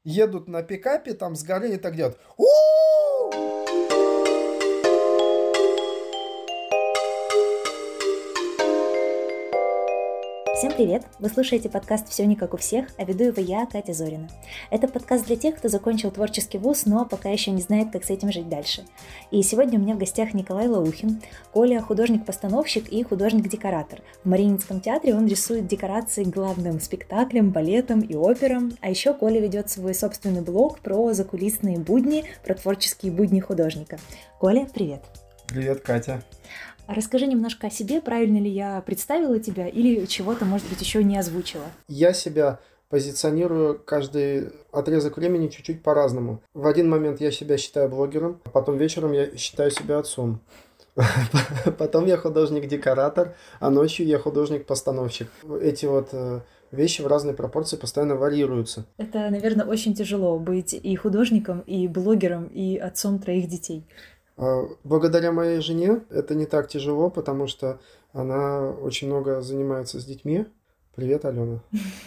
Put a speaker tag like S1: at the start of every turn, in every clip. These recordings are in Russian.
S1: едут на пикапе там с горы и так делают. У-у-у!
S2: Всем привет! Вы слушаете подкаст «Все не как у всех», а веду его я, Катя Зорина. Это подкаст для тех, кто закончил творческий вуз, но пока еще не знает, как с этим жить дальше. И сегодня у меня в гостях Николай Лаухин. Коля – художник-постановщик и художник-декоратор. В Мариинском театре он рисует декорации к главным спектаклям, балетам и операм. А еще Коля ведет свой собственный блог про закулисные будни, про творческие будни художника. Коля, привет!
S1: Привет, Катя.
S2: Расскажи немножко о себе, правильно ли я представила тебя или чего-то, может быть, еще не озвучила.
S1: Я себя позиционирую каждый отрезок времени чуть-чуть по-разному. В один момент я себя считаю блогером, а потом вечером я считаю себя отцом. Потом я художник-декоратор, а ночью я художник-постановщик. Эти вот вещи в разной пропорции постоянно варьируются.
S2: Это, наверное, очень тяжело быть и художником, и блогером, и отцом 3 детей.
S1: Благодаря моей жене это не так тяжело, потому что она очень много занимается с детьми. Привет, Алена.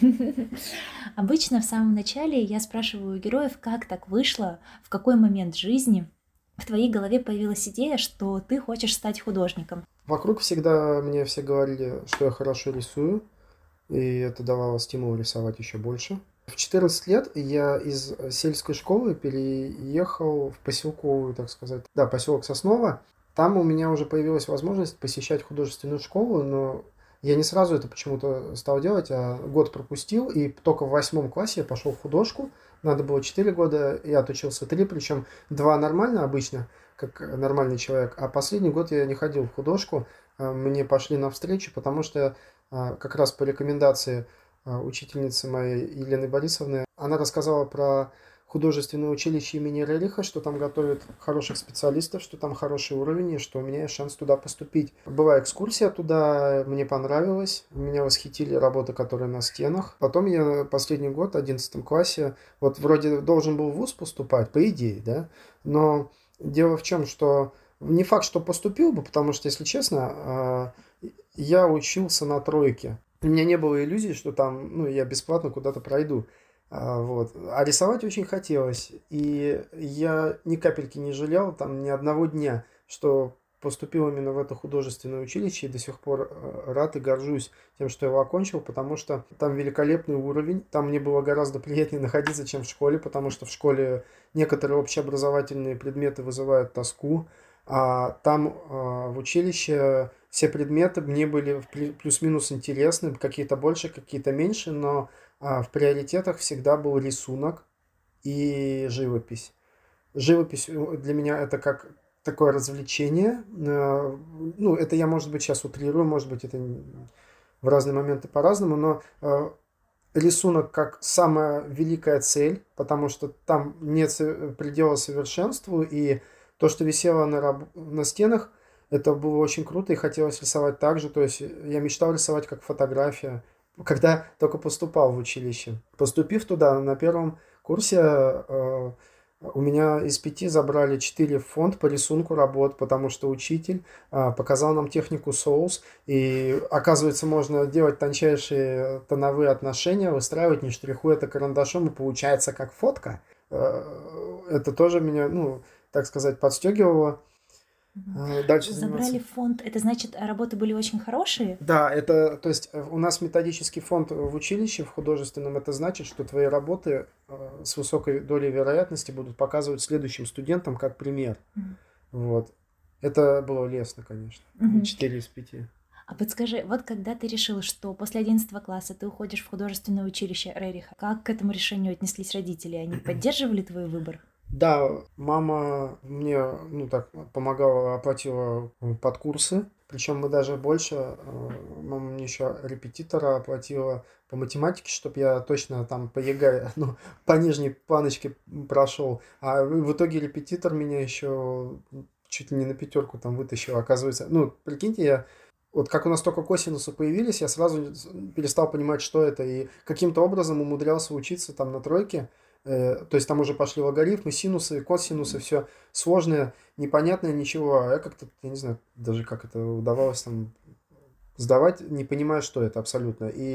S2: Обычно в самом начале я спрашиваю у героев, как так вышло, в какой момент жизни в твоей голове появилась идея, что ты хочешь стать художником.
S1: Вокруг всегда мне все говорили, что я хорошо рисую, и это давало стимул рисовать еще больше. В 14 лет я из сельской школы переехал в поселковую, так сказать, поселок Сосново. Там у меня уже появилась возможность посещать художественную школу, но я не сразу это почему-то стал делать, а год пропустил, и только в 8 классе я пошел в художку. Надо было 4 года, я отучился 3, причем 2 нормально обычно, как нормальный человек, а последний год я не ходил в художку, мне пошли навстречу, потому что как раз по рекомендации учительницы моей Елены Борисовны, она рассказала про художественное училище имени Рериха, что там готовят хороших специалистов, что там хороший уровень, и что у меня есть шанс туда поступить. Была экскурсия туда, мне понравилось, меня восхитили работы, которые на стенах. Потом я последний год, в 11 классе, вот вроде должен был в вуз поступать, по идее, да, но дело в чем, что не факт, что поступил бы, потому что, если честно, я учился на тройке. У меня не было иллюзий, что там, я бесплатно куда-то пройду. Вот. А рисовать очень хотелось. И я ни капельки не жалел, там, ни одного дня, что поступил именно в это художественное училище. И до сих пор рад и горжусь тем, что его окончил, потому что там великолепный уровень. Там мне было гораздо приятнее находиться, чем в школе, потому что в школе некоторые общеобразовательные предметы вызывают тоску. А там в училище все предметы мне были плюс-минус интересны, какие-то больше, какие-то меньше, но в приоритетах всегда был рисунок и живопись. Живопись для меня это как такое развлечение. Это я, может быть, сейчас утрирую, может быть, это в разные моменты по-разному, но рисунок как самая великая цель, потому что там нет предела совершенству, и то, что висело на стенах, это было очень круто, и хотелось рисовать так же. То есть я мечтал рисовать как фотография, когда только поступал в училище. Поступив туда, на первом курсе у меня из 5 забрали 4 в фонд по рисунку работ, потому что учитель показал нам технику соус, и оказывается, можно делать тончайшие тоновые отношения, выстраивать, не штрихуя это карандашом, и получается как фотка. Это тоже меня, так сказать, подстегивало. Дальше
S2: Забрали фонд, это значит, работы были очень хорошие?
S1: Да, то есть у нас методический фонд в училище, в художественном, это значит, что твои работы с высокой долей вероятности будут показывать следующим студентам как пример. Вот. Это было лестно, конечно. 4 из 5.
S2: А подскажи, вот когда ты решил, что после 11 класса ты уходишь в художественное училище Рериха, как к этому решению отнеслись родители? Они поддерживали твой выбор?
S1: Да, мама мне, помогала, оплатила подкурсы. Причем мы даже больше, мама мне еще репетитора оплатила по математике, чтобы я точно там по ЕГЭ, по нижней планочке прошел. А в итоге репетитор меня еще чуть ли не на 5 там вытащил, оказывается. Прикиньте, вот как у нас только косинусы появились, я сразу перестал понимать, что это. И каким-то образом умудрялся учиться там на тройке. То есть там уже пошли логарифмы, синусы, косинусы, все сложное, непонятное, ничего. Я как-то, я не знаю даже, как это удавалось там сдавать, не понимая, что это абсолютно. И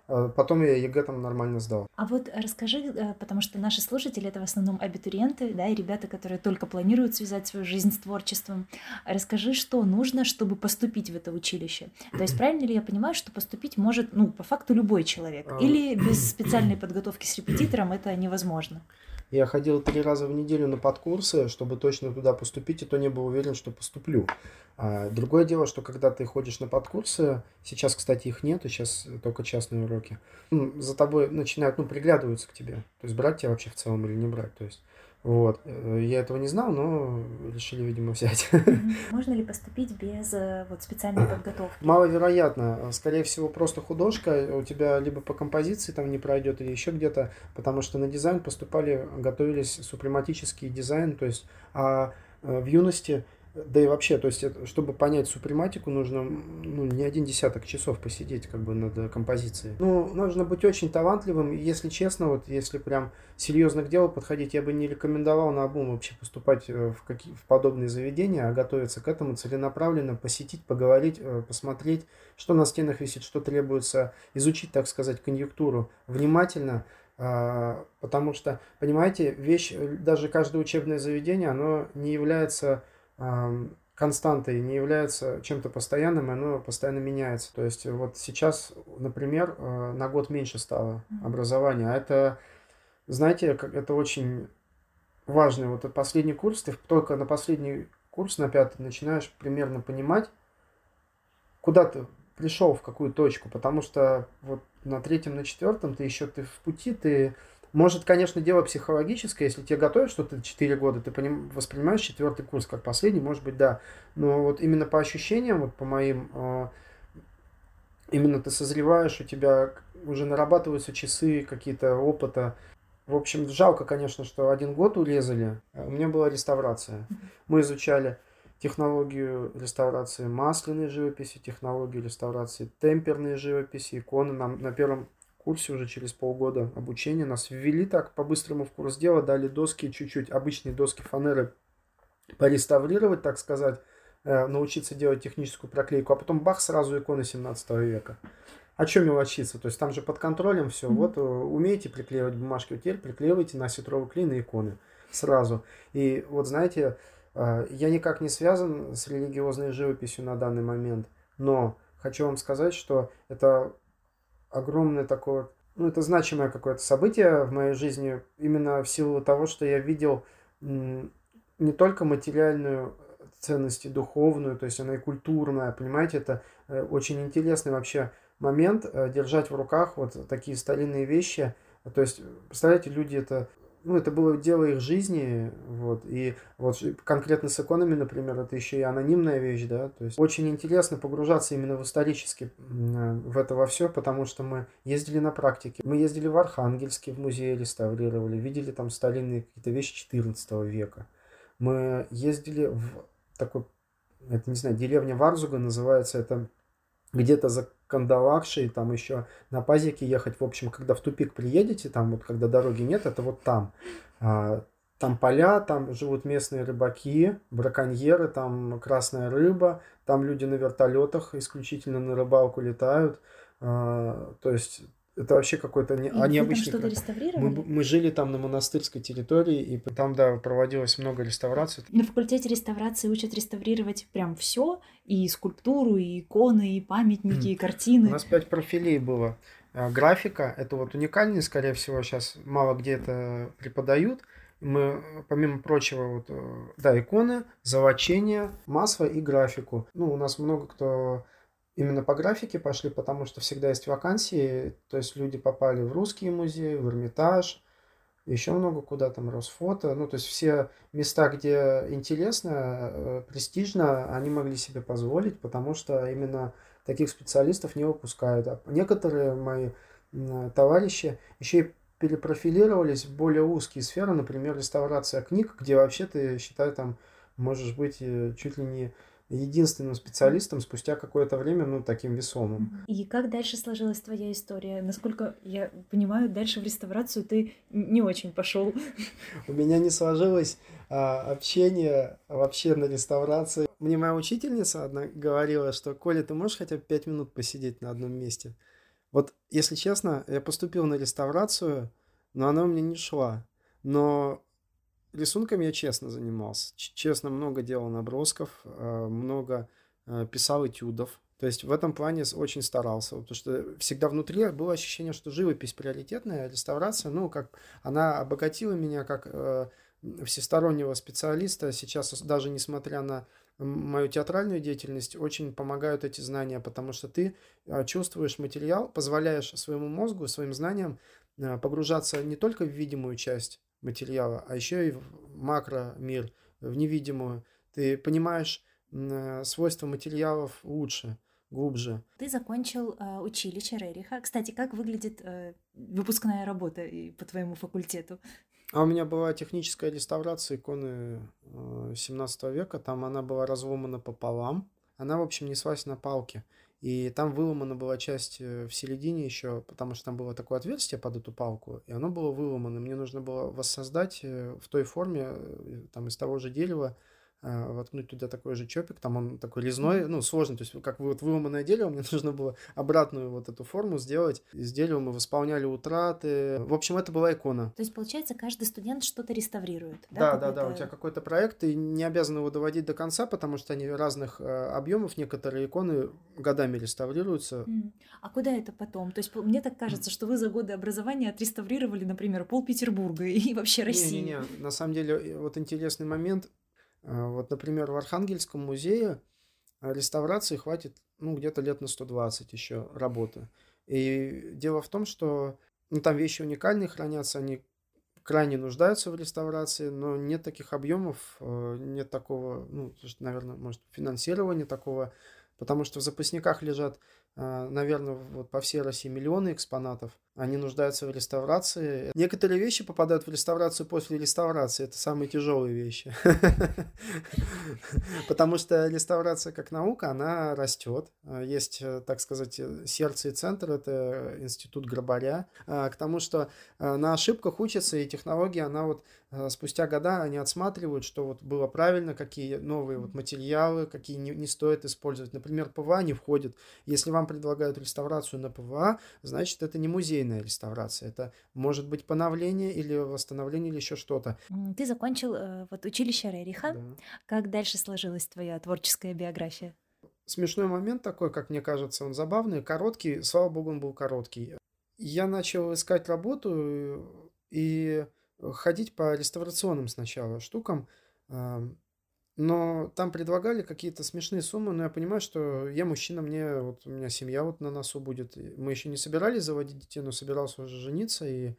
S1: Потом я ЕГЭ там нормально сдал.
S2: А вот расскажи, потому что наши слушатели — это в основном абитуриенты, да, и ребята, которые только планируют связать свою жизнь с творчеством. Расскажи, что нужно, чтобы поступить в это училище. То есть правильно ли я понимаю, что поступить может, по факту любой человек? Или без специальной подготовки с репетитором это невозможно?
S1: Я ходил 3 раза в неделю на подкурсы, чтобы точно туда поступить, и то не был уверен, что поступлю. Другое дело, что когда ты ходишь на подкурсы, сейчас, кстати, их нет, сейчас только частные уроки, за тобой начинают, приглядываются к тебе. То есть брать тебя вообще в целом или не брать. То есть, вот. Я этого не знал, но решили, видимо, взять.
S2: Можно ли поступить без специальной подготовки?
S1: Маловероятно. Скорее всего, просто художка у тебя либо по композиции там не пройдет, или еще где-то, потому что на дизайн поступали, готовились супрематический дизайн, то есть в юности, да и вообще, то есть, чтобы понять супрематику, нужно не один десяток часов посидеть над композицией. Нужно быть очень талантливым, и, если честно, если прям серьезно к делу подходить, я бы не рекомендовал наобум вообще поступать в подобные заведения, а готовиться к этому целенаправленно, посетить, поговорить, посмотреть, что на стенах висит, что требуется, изучить, так сказать, конъюнктуру внимательно. Потому что, понимаете, даже каждое учебное заведение, оно не является константой, не является чем-то постоянным, оно постоянно меняется. То есть сейчас, например, на год меньше стало образования, а это, знаете, это очень важно. Последний курс, ты только на последний курс, на 5-й, начинаешь примерно понимать, куда ты пришел, в какую точку, потому что на 3-м, на 4-м ты в пути, может, конечно, дело психологическое, если тебе готовят что-то 4 года, ты воспринимаешь 4-й курс как последний, может быть, да. Но именно по ощущениям, по моим, именно ты созреваешь, у тебя уже нарабатываются часы какие-то опыта. В общем, жалко, конечно, что 1 год урезали. У меня была реставрация. Мы изучали технологию реставрации масляной живописи, технологию реставрации темперной живописи, иконы. Нам на первом курсе уже через полгода обучения нас ввели так по-быстрому в курс дела, дали доски чуть-чуть, обычные доски фанеры пореставрировать, так сказать, научиться делать техническую проклейку, а потом бах, сразу иконы 17 века. А что мелочиться? То есть там же под контролем все. Умеете приклеивать бумажки, теперь приклеивайте на осетровый клей на иконы сразу. И знаете, я никак не связан с религиозной живописью на данный момент, но хочу вам сказать, что это огромное такое, это значимое какое-то событие в моей жизни, именно в силу того, что я видел не только материальную ценность и духовную, то есть она и культурная, понимаете, это очень интересный вообще момент, держать в руках такие старинные вещи, то есть, представляете, люди это было дело их жизни, и конкретно с иконами, например, это еще и анонимная вещь, да, то есть очень интересно погружаться именно в исторически в это во все, потому что мы ездили на практике, мы ездили в Архангельске, в музее реставрировали, видели там старинные какие-то вещи 14 века, мы ездили в такой, это не знаю, деревня Варзуга называется, это где-то за Кандалакшей, там еще на пазике ехать, в общем, когда в тупик приедете, там когда дороги нет, это там. Там поля, там живут местные рыбаки, браконьеры, там красная рыба, там люди на вертолетах исключительно на рыбалку летают. То есть это вообще какой-то необычный...
S2: что-то реставрировали?
S1: Мы жили там на монастырской территории, и там, да, проводилось много реставраций.
S2: На факультете реставрации учат реставрировать прям все, и скульптуру, и иконы, и памятники, и картины.
S1: У нас 5 профилей было. Графика, это уникальный, скорее всего, сейчас мало где это преподают. Мы, помимо прочего, иконы, золочение, масло и графику. У нас много кто... Именно по графике пошли, потому что всегда есть вакансии, то есть люди попали в Русский музей, в Эрмитаж, еще много куда там, Росфото, то есть все места, где интересно, престижно, они могли себе позволить, потому что именно таких специалистов не выпускают. А некоторые мои товарищи еще и перепрофилировались в более узкие сферы, например, реставрация книг, где вообще ты, считай, там можешь быть чуть ли не единственным специалистом спустя какое-то время, таким весомым.
S2: И как дальше сложилась твоя история? Насколько я понимаю, дальше в реставрацию ты не очень пошел.
S1: У меня не сложилось общение вообще на реставрации. Мне моя учительница одна говорила, что: Коля, ты можешь хотя бы 5 минут посидеть на одном месте? Вот, если честно, я поступил на реставрацию, но она у меня не шла. Но рисунками я честно занимался. Честно, много делал набросков, много писал этюдов. То есть в этом плане очень старался, потому что всегда внутри было ощущение, что живопись приоритетная, а реставрация, ну, как она обогатила меня как всестороннего специалиста. Сейчас, даже несмотря на мою театральную деятельность, очень помогают эти знания, потому что ты чувствуешь материал, позволяешь своему мозгу, своим знаниям погружаться не только в видимую часть материала, а еще и в макромир, в невидимую. Ты понимаешь свойства материалов лучше, глубже.
S2: Ты закончил училище Рериха. Кстати, как выглядит выпускная работа по твоему факультету?
S1: А у меня была техническая реставрация иконы 17 века. Там она была разломана пополам. Она, в общем, неслась на палке. И там выломана была часть в середине еще, потому что там было такое отверстие под эту палку, и оно было выломано. Мне нужно было воссоздать в той форме, там из того же дерева, воткнуть туда такой же чопик, там он такой резной, ну, сложный, то есть как вот выломанное дерево, мне нужно было обратную вот эту форму сделать. Из дерева мы восполняли утраты. В общем, это была икона.
S2: То есть, получается, каждый студент что-то реставрирует, да?
S1: Да, у тебя какой-то проект, ты не обязан его доводить до конца, потому что они разных объемов, некоторые иконы годами реставрируются.
S2: А куда это потом? То есть, мне так кажется, что вы за годы образования отреставрировали, например, пол Петербурга и вообще России.
S1: Не-не-не, на самом деле, вот интересный момент. Вот, например, в Архангельском музее реставрации хватит, ну, где-то лет на 120 еще работы. И дело в том, что ну, там вещи уникальные хранятся, они крайне нуждаются в реставрации, но нет таких объемов, нет такого, ну, наверное, может, финансирования такого, потому что в запасниках лежат, наверное, вот по всей России миллионы экспонатов. Они нуждаются в реставрации. Некоторые вещи попадают в реставрацию после реставрации. Это самые тяжелые вещи. Потому что реставрация как наука, она растет. Есть, так сказать, сердце и центр, это институт Грабаря. К тому, что на ошибках учатся, и технология, она вот спустя года они отсматривают, что вот было правильно, какие новые вот материалы, какие не стоит использовать. Например, ПВА не входит. Если вам предлагают реставрацию на ПВА, значит, это не музейная реставрация. Это может быть поновление или восстановление или еще что-то.
S2: Ты закончил вот училище Рериха.
S1: Да.
S2: Как дальше сложилась твоя творческая биография?
S1: Смешной момент такой, как мне кажется, он забавный, короткий. Слава богу, он был короткий. Я начал искать работу и ходить по реставрационным сначала штукам. Но там предлагали какие-то смешные суммы, но я понимаю, что я мужчина, вот у меня семья вот на носу будет. Мы еще не собирались заводить детей, но собирался уже жениться, и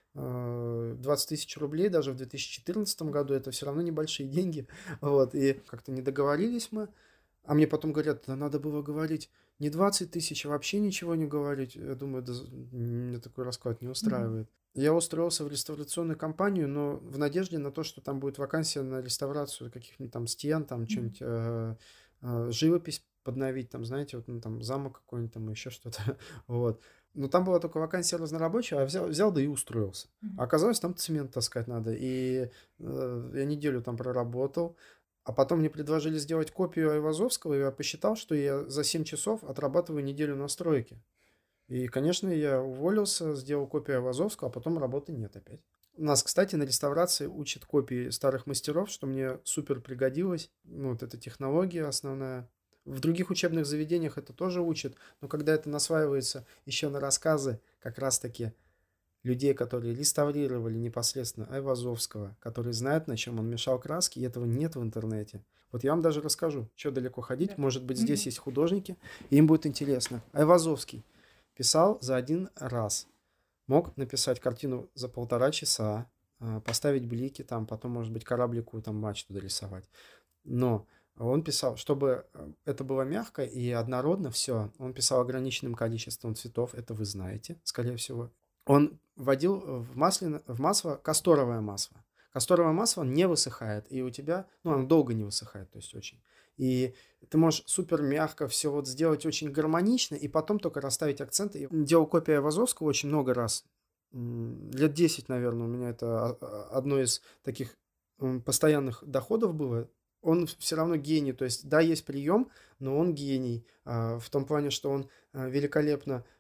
S1: 20 тысяч рублей даже в 2014 году, это все равно небольшие деньги. Вот, и как-то не договорились мы. А мне потом говорят, да надо было говорить не 20 тысяч, а вообще ничего не говорить. Я думаю, да, мне такой расклад не устраивает. Я устроился в реставрационную компанию, но в надежде на то, что там будет вакансия на реставрацию каких-нибудь там стен, там что-нибудь, живопись подновить, там, знаете, вот, ну, там замок какой-нибудь, там еще что-то, вот. Но там была только вакансия разнорабочего, а я взял да и устроился. А оказалось, там цемент таскать надо, и я неделю там проработал, а потом мне предложили сделать копию Айвазовского, и я посчитал, что я за 7 часов отрабатываю неделю на стройке. И, конечно, я уволился, сделал копию Айвазовского, а потом работы нет опять. У нас, кстати, на реставрации учат копии старых мастеров, что мне супер пригодилось. Ну, вот эта технология основная. В других учебных заведениях это тоже учат, но когда это насваивается еще на рассказы как раз-таки людей, которые реставрировали непосредственно Айвазовского, которые знают, на чем он мешал краски, и этого нет в интернете. Вот я вам даже расскажу, что далеко ходить. Может быть, здесь есть художники, и им будет интересно. Айвазовский писал за один раз. Мог написать картину за 1,5 часа, поставить блики, там, потом, может быть, кораблику, там, мачту дорисовать. Но он писал, чтобы это было мягко и однородно все, он писал ограниченным количеством цветов, это вы знаете, скорее всего. Он вводил в масло касторовое масло. Касторовое масло не высыхает, и у тебя, ну, оно долго не высыхает, то есть очень. И ты можешь супер мягко все вот сделать очень гармонично, и потом только расставить акценты. Я делал копию Айвазовского очень много раз. Лет 10, наверное, у меня это одно из таких постоянных доходов было. Он все равно гений, то есть, да, есть прием, но он гений в том плане, что он великолепно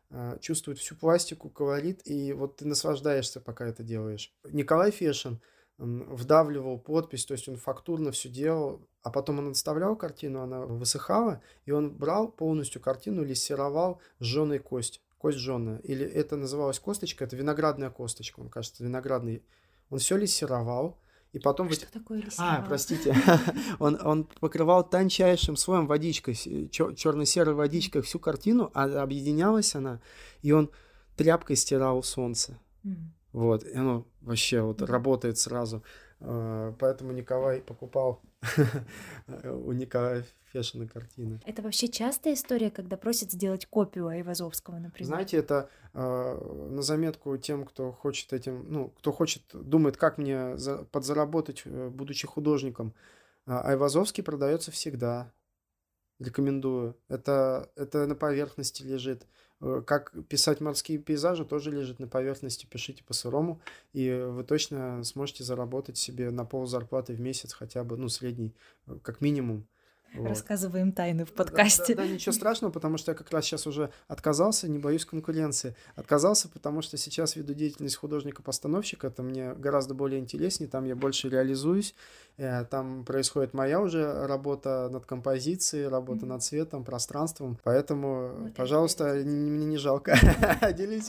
S1: чувствует всю пластику, колорит, и вот ты наслаждаешься, пока это делаешь. Николай Фешин вдавливал подпись, то есть он фактурно все делал, а потом он отставлял картину, она высыхала, и он брал полностью картину, лессировал жженой кость жженая, или это называлось косточка, это виноградная косточка, он, кажется, виноградный. Он все лессировал, и потом...
S2: Что такое лессировал?
S1: Простите. Он покрывал тончайшим слоем водичкой, черно-серой водичкой всю картину, а объединялась она, и он тряпкой стирал солнце. Вот, и оно вообще вот работает сразу. Поэтому Николай покупал у Николая Фешина картины.
S2: Это вообще частая история, когда просят сделать копию Айвазовского, например?
S1: Знаете, это на заметку тем, кто хочет этим, кто хочет, думает, как мне подзаработать, будучи художником. Айвазовский продается всегда. Рекомендую. Это на поверхности лежит. Как писать морские пейзажи, тоже лежит на поверхности. Пишите по-сырому, и вы точно сможете заработать себе на ползарплаты в месяц хотя бы, средний, как минимум.
S2: Вот. Рассказываем тайны в подкасте.
S1: Да, ничего страшного, потому что я как раз сейчас уже отказался, не боюсь конкуренции. Отказался, потому что сейчас веду деятельность художника-постановщика, это мне гораздо более интереснее, там я больше реализуюсь, там происходит моя уже работа над композицией, работа над цветом, пространством, поэтому, пожалуйста, мне не жалко. Делись.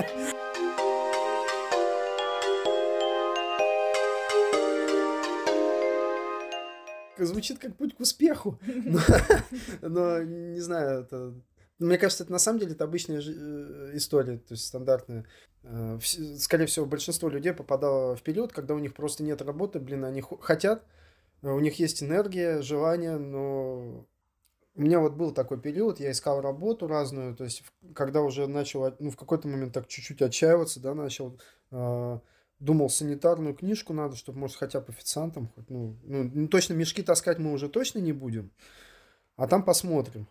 S1: Звучит как путь к успеху, но не знаю, это... Мне кажется, это на самом деле это обычная история, то есть стандартная. Скорее всего, большинство людей попадало в период, когда у них просто нет работы, они хотят, у них есть энергия, желание, но у меня вот был такой период, я искал работу разную, то есть когда уже начал, в какой-то момент так чуть-чуть отчаиваться, да, начал... Думал, санитарную книжку надо, чтобы, может, хотя бы официантом хоть, точно мешки таскать мы уже точно не будем, а там посмотрим.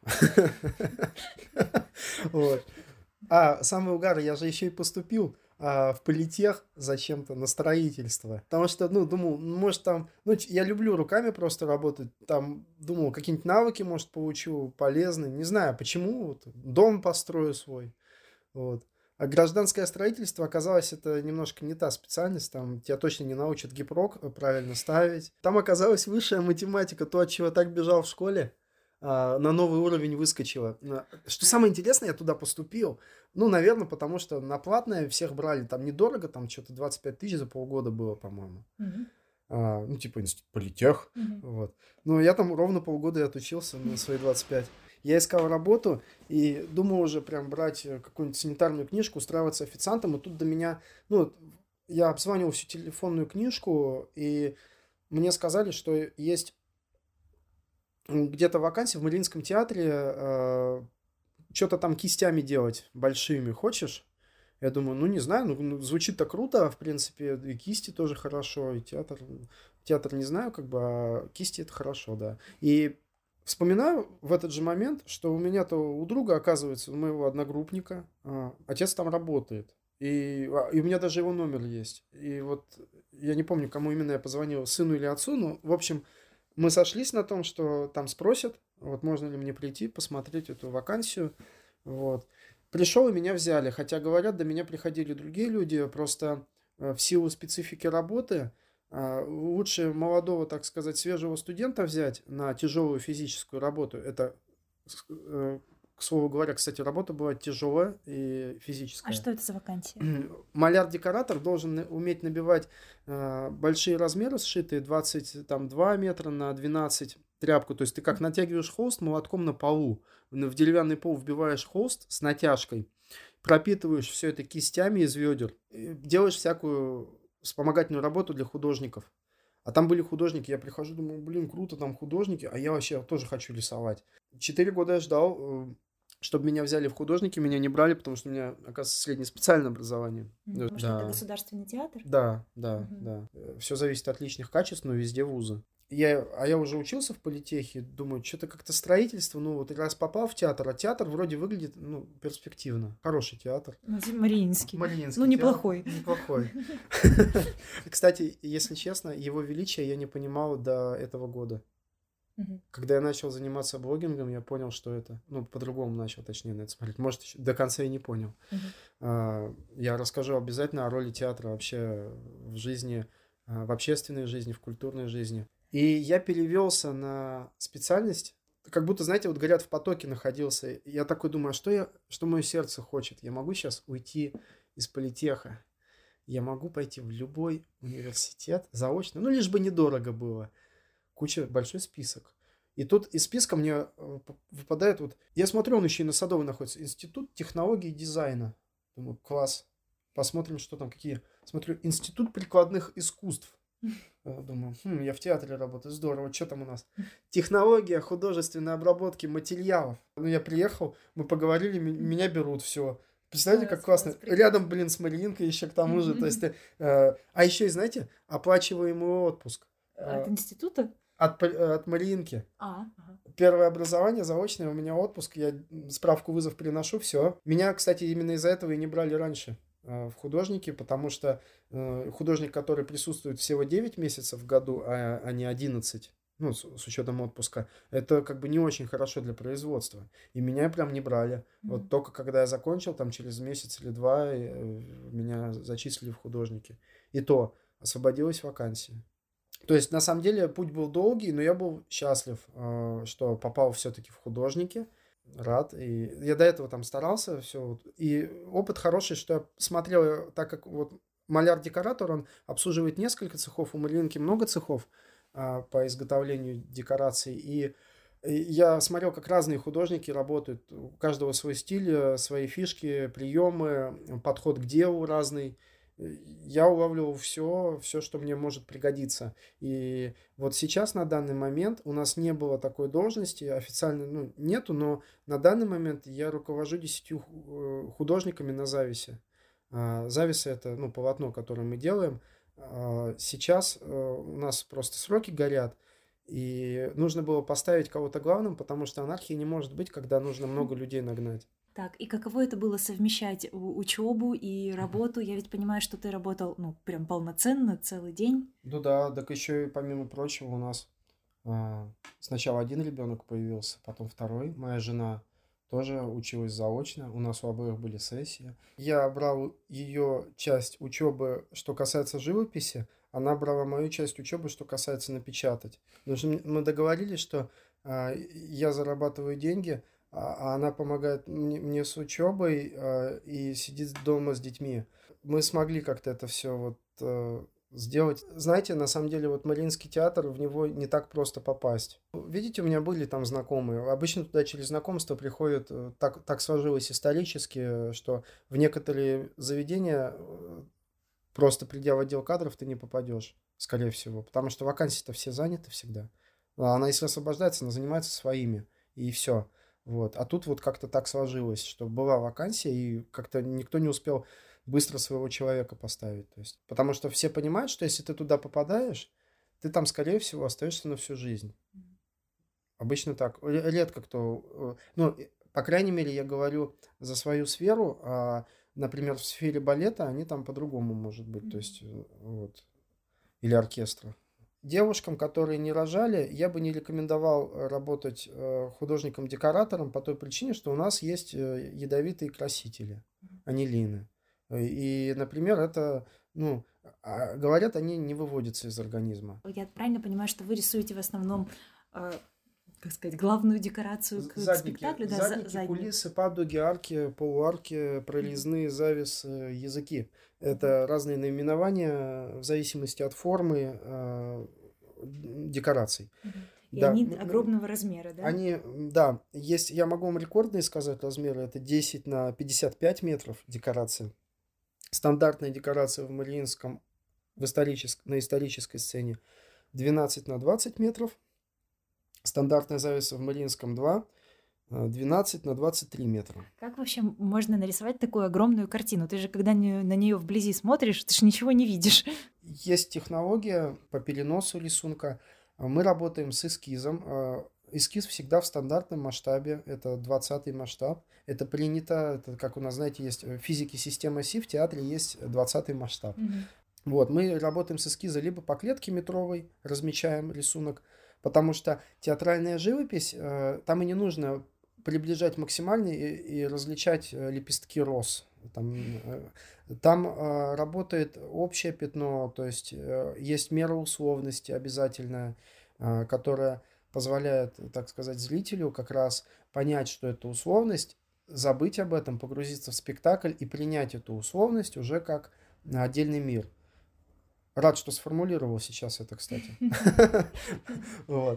S1: Самый угар, я же еще и поступил в политех зачем-то на строительство, потому что, думал, может, там, я люблю руками просто работать, там, думал, какие-нибудь навыки, может, получу полезные, не знаю, почему, дом построю свой, вот. А гражданское строительство, оказалось, это немножко не та специальность, там тебя точно не научат гипрок правильно ставить. Там оказалась высшая математика, то, от чего так бежал в школе, на новый уровень выскочила. Что самое интересное, я туда поступил, наверное, потому что на платное всех брали, там недорого, там что-то 25 тысяч за полгода было, по-моему. Институт политех, вот. Но я там ровно полгода и отучился на свои 25. Я искал работу и думал уже прям брать какую-нибудь санитарную книжку, устраиваться официантом. И тут до меня... я обзванивал всю телефонную книжку, и мне сказали, что есть где-то вакансия в Мариинском театре, что-то там кистями делать большими. Хочешь? Я думаю, не знаю, звучит-то круто, в принципе, и кисти тоже хорошо, и театр не знаю, а кисти это хорошо, да. И вспоминаю в этот же момент, что у меня-то у друга, оказывается, у моего одногруппника, отец там работает. И у меня даже его номер есть. И вот я не помню, кому именно я позвонил, сыну или отцу, но, в общем, мы сошлись на том, что там спросят, можно ли мне прийти, посмотреть эту вакансию. Вот. Пришел, и меня взяли. Хотя, говорят, до меня приходили другие люди, просто в силу специфики работы лучше молодого, так сказать, свежего студента взять на тяжелую физическую работу. Это, к слову говоря, кстати, работа бывает тяжелая и физическая.
S2: А что это за вакансия?
S1: Маляр-декоратор должен уметь набивать большие размеры, сшитые 22 метра на 12 тряпку. То есть ты как натягиваешь холст молотком на полу. В деревянный пол вбиваешь холст с натяжкой, пропитываешь все это кистями из ведер, делаешь всякую вспомогательную работу для художников. А там были художники, я прихожу, думаю, круто, там художники, а я вообще тоже хочу рисовать. 4 года я ждал, чтобы меня взяли в художники, меня не брали, потому что у меня, оказывается, среднее специальное образование.
S2: Потому что это государственный театр?
S1: Да. Все зависит от личных качеств, но везде вузы. Я уже учился в политехе, думаю, что-то как-то строительство, раз попал в театр, а театр вроде выглядит, перспективно. Хороший театр.
S2: Мариинский.
S1: Неплохой. Неплохой. Кстати, если честно, его величие я не понимал до этого года. Когда я начал заниматься блогингом, я понял, что это... Ну, по-другому начал, точнее, на это смотреть. Может, еще до конца и не понял. Я расскажу обязательно о роли театра вообще в жизни, в общественной жизни, в культурной жизни. И я перевелся на специальность, как будто, знаете, вот говорят, в потоке находился. Я такой думаю, что мое сердце хочет? Я могу сейчас уйти из политеха, я могу пойти в любой университет заочно, ну, лишь бы недорого было. Большой список. И тут из списка мне выпадает вот... Я смотрю, он еще и на Садовой находится. Институт технологий и дизайна. Думаю, класс. Посмотрим, что там, какие... Смотрю, Институт прикладных искусств. Думаю, я в театре работаю, здорово, что там у нас? Технология художественной обработки материалов. Ну, я приехал, мы поговорили, меня берут, все. Представляете, как классно. Рядом, с Мариинкой еще к тому же. То есть, а еще и, знаете, оплачиваемый отпуск.
S2: От института?
S1: От Мариинки. Первое образование заочное, у меня отпуск, я справку вызов приношу, все. Меня, кстати, именно из-за этого и не брали раньше в художники, потому что художник, который присутствует всего 9 месяцев в году, а не 11, ну, с учетом отпуска, это как бы не очень хорошо для производства. И меня прям не брали. Вот только когда я закончил, там через месяц или два, меня зачислили в художники. И то освободилась вакансия. То есть, на самом деле, путь был долгий, но я был счастлив, что попал все-таки в художники. Рад. И я до этого там старался. Все. И опыт хороший, что я смотрел, так как вот маляр-декоратор, он обслуживает несколько цехов, у Мариинки много цехов по изготовлению декораций. И я смотрел, как разные художники работают. У каждого свой стиль, свои фишки, приемы, подход к делу разный. Я улавливал все, что мне может пригодиться. И вот сейчас, на данный момент, у нас не было такой должности, официально, нету, но на данный момент я руковожу 10 художниками на зависе. Зависы — это, полотно, которое мы делаем. Сейчас у нас просто сроки горят, и нужно было поставить кого-то главным, потому что анархии не может быть, когда нужно много людей нагнать.
S2: Так, и каково это было совмещать учебу и работу? Я ведь понимаю, что ты работал, прям полноценно, целый день.
S1: Ну да, так еще и помимо прочего у нас сначала один ребенок появился, потом второй. Моя жена тоже училась заочно, у нас у обоих были сессии. Я брал ее часть учебы, что касается живописи, она брала мою часть учебы, что касается напечатать. Потому что мы договорились, что я зарабатываю деньги, а она помогает мне с учебой и сидит дома с детьми. Мы смогли как-то это все вот сделать. Знаете, на самом деле, вот Мариинский театр, в него не так просто попасть. Видите, у меня были там знакомые. Обычно туда через знакомство приходят, так сложилось исторически, что в некоторые заведения просто придя в отдел кадров, ты не попадешь, скорее всего. Потому что вакансии-то все заняты всегда. Она, если освобождается, она занимается своими. И все. Вот. А тут вот как-то так сложилось, что была вакансия, и как-то никто не успел быстро своего человека поставить. То есть, потому что все понимают, что если ты туда попадаешь, ты там, скорее всего, остаешься на всю жизнь. Обычно так. Редко кто... по крайней мере, я говорю за свою сферу, а, например, в сфере балета они там по-другому, может быть. То есть, вот. Или оркестра. Девушкам, которые не рожали, я бы не рекомендовал работать художником-декоратором по той причине, что у нас есть ядовитые красители, анилины. И, например, это, говорят, они не выводятся из организма.
S2: Я правильно понимаю, что вы рисуете в основном, как сказать, главную декорацию к спектаклю?
S1: Задники, кулисы, падуги, арки, полуарки, прорезные завесы, языки. Это разные наименования в зависимости от формы декораций.
S2: И да. Они огромного размера, да?
S1: Они, да, есть, я могу вам рекордные сказать размеры, это 10 на 55 метров декорация. Стандартная декорация в Мариинском на исторической сцене 12 на 20 метров. Стандартная завеса в Мариинском 2, 12 на 23 метра.
S2: Как вообще можно нарисовать такую огромную картину? Ты же, когда на нее вблизи смотришь, ты же ничего не видишь.
S1: Есть технология по переносу рисунка. Мы работаем с эскизом. Эскиз всегда в стандартном масштабе. Это 20-й масштаб. Это принято, это, как у нас, знаете, есть в физике система Си, в театре есть 20-й масштаб. Вот, мы работаем с эскиза либо по клетке метровой, размечаем рисунок, Потому что театральная живопись, там и не нужно приближать максимально и различать лепестки роз. Там работает общее пятно, то есть есть мера условности обязательная, которая позволяет, так сказать, зрителю как раз понять, что это условность, забыть об этом, погрузиться в спектакль и принять эту условность уже как отдельный мир. Рад, что сформулировал сейчас это, кстати. Вот.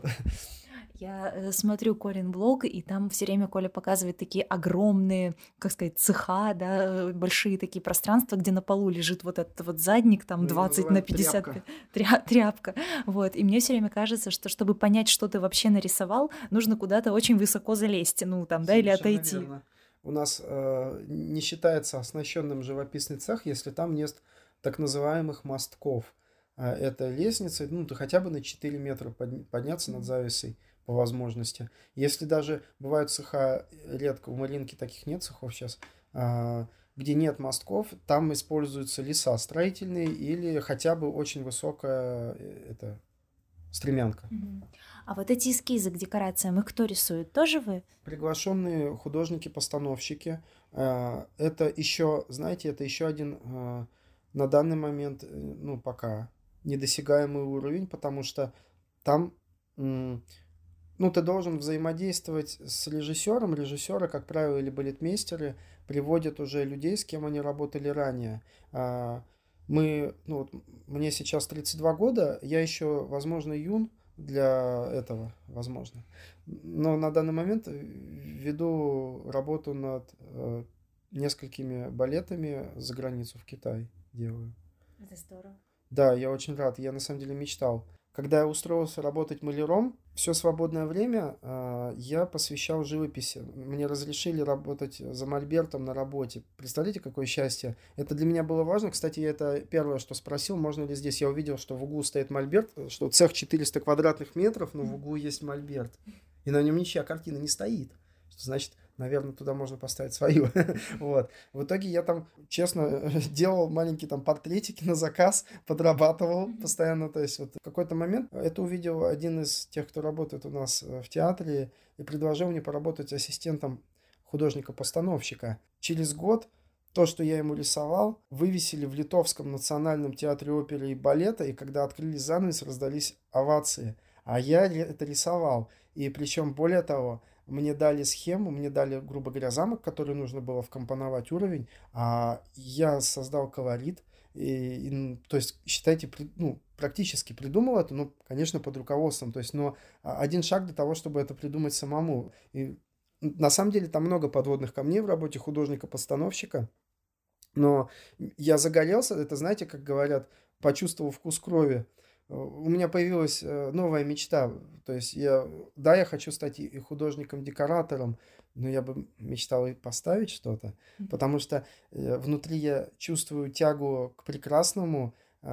S2: Я смотрю Колин блог, и там все время Коля показывает такие огромные, как сказать, цеха, да, большие такие пространства, где на полу лежит вот этот вот задник, там 20 на 50 тряпка. Вот. И мне все время кажется, что чтобы понять, что ты вообще нарисовал, нужно куда-то очень высоко залезть, ну там, да, или отойти.
S1: Верно. У нас не считается оснащенным живописный цех, если там нет так называемых мостков. Это лестница, ну, ты хотя бы на 4 метра подняться над завесой по возможности. Если даже бывают цеха, редко, у Маринки таких нет цехов сейчас, где нет мостков, там используются леса строительные или хотя бы очень высокая стремянка.
S2: А вот эти эскизы к декорациям, их кто рисует? Тоже вы?
S1: Приглашенные художники-постановщики. Это еще, знаете, это еще один на данный момент, ну, пока недосягаемый уровень, потому что там, ну, ты должен взаимодействовать с режиссером. Режиссеры, как правило, или балетмейстеры приводят уже людей, с кем они работали ранее. Мне сейчас 32 года, я еще, возможно, юн для этого, возможно. Но на данный момент веду работу над несколькими балетами за границу в Китай делаю.
S2: Это здорово.
S1: Да, я очень рад. Я на самом деле мечтал. Когда я устроился работать маляром, все свободное время я посвящал живописи. Мне разрешили работать за мольбертом на работе. Представляете, какое счастье? Это для меня было важно. Кстати, я это первое, что спросил, можно ли здесь. Я увидел, что в углу стоит мольберт, что цех 400 квадратных метров, но в углу есть мольберт. И на нем ничья картина не стоит. Что значит, наверное, туда можно поставить свою. Вот. В итоге я там, честно, делал маленькие там портретики на заказ, подрабатывал постоянно. То есть вот в какой-то момент это увидел один из тех, кто работает у нас в театре, и предложил мне поработать ассистентом художника-постановщика. Через год то, что я ему рисовал, вывесили в Литовском национальном театре оперы и балета, и когда открыли занавес, раздались овации. А я это рисовал. И причем, более того, мне дали схему, мне дали, грубо говоря, замок, который нужно было вкомпоновать уровень, а я создал колорит, то есть, считайте, практически придумал это, ну, конечно, под руководством, то есть, но один шаг до того, чтобы это придумать самому. И на самом деле там много подводных камней в работе художника-постановщика, но я загорелся, это, знаете, как говорят, почувствовал вкус крови. У меня появилась новая мечта. То есть я хочу стать и художником-декоратором, но я бы мечтал и поставить что-то, потому что внутри я чувствую тягу к прекрасному,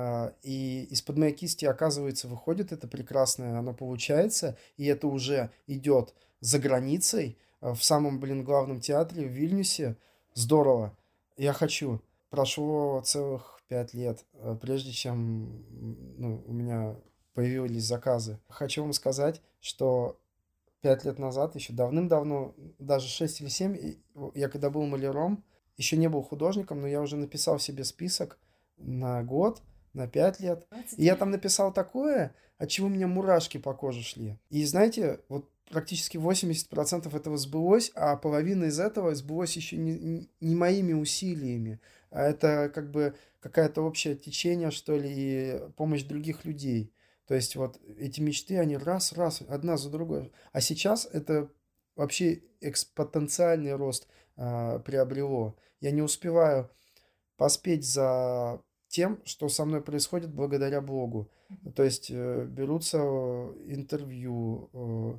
S1: и из-под моей кисти, оказывается, выходит это прекрасное, оно получается, и это уже идет за границей, в самом, главном театре в Вильнюсе. Здорово. Я хочу. Прошло целых 5 лет, прежде чем у меня появились заказы. Хочу вам сказать, что 5 лет назад, еще давным-давно, даже 6 или 7, я когда был маляром, еще не был художником, но я уже написал себе список на год, на 5 лет. И я там написал такое, от чего у меня мурашки по коже шли. И знаете, вот практически 80% этого сбылось, а половина из этого сбылось еще не моими усилиями, а это как бы какое-то общее течение, что ли, и помощь других людей. То есть вот эти мечты, они раз, одна за другой. А сейчас это вообще экспоненциальный рост приобрело. Я не успеваю поспеть за тем, что со мной происходит благодаря блогу. То есть берутся интервью,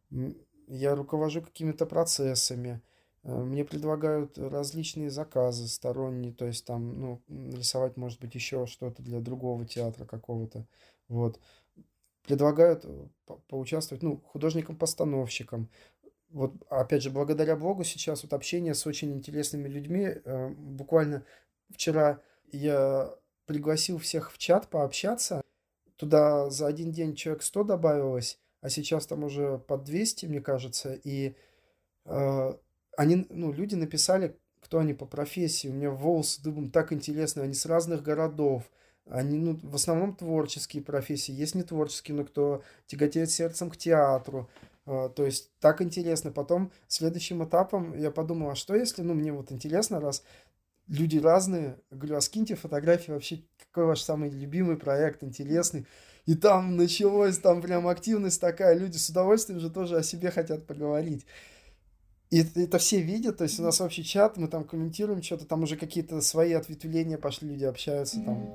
S1: я руковожу какими-то процессами, мне предлагают различные заказы сторонние, то есть там, рисовать, может быть, еще что-то для другого театра какого-то. Вот. Предлагают поучаствовать, художником-постановщиком. Вот, опять же, благодаря блогу сейчас вот общение с очень интересными людьми. Буквально вчера я пригласил всех в чат пообщаться. Туда за один день человек 100 добавилось, а сейчас там уже под 200, мне кажется, и они, ну, люди написали, кто они по профессии. У меня волосы дыбом, так интересно, они с разных городов. Они, ну, в основном творческие профессии, есть не творческие, но кто тяготеет сердцем к театру. То есть так интересно. Потом следующим этапом я подумал, а что если, ну, мне вот интересно, раз люди разные, говорю, а скиньте фотографии вообще, какой ваш самый любимый проект, интересный. И там началось, там прям активность такая, люди с удовольствием же тоже о себе хотят поговорить. И это все видят, то есть у нас общий чат, мы там комментируем что-то, там уже какие-то свои ответвления пошли, люди общаются там.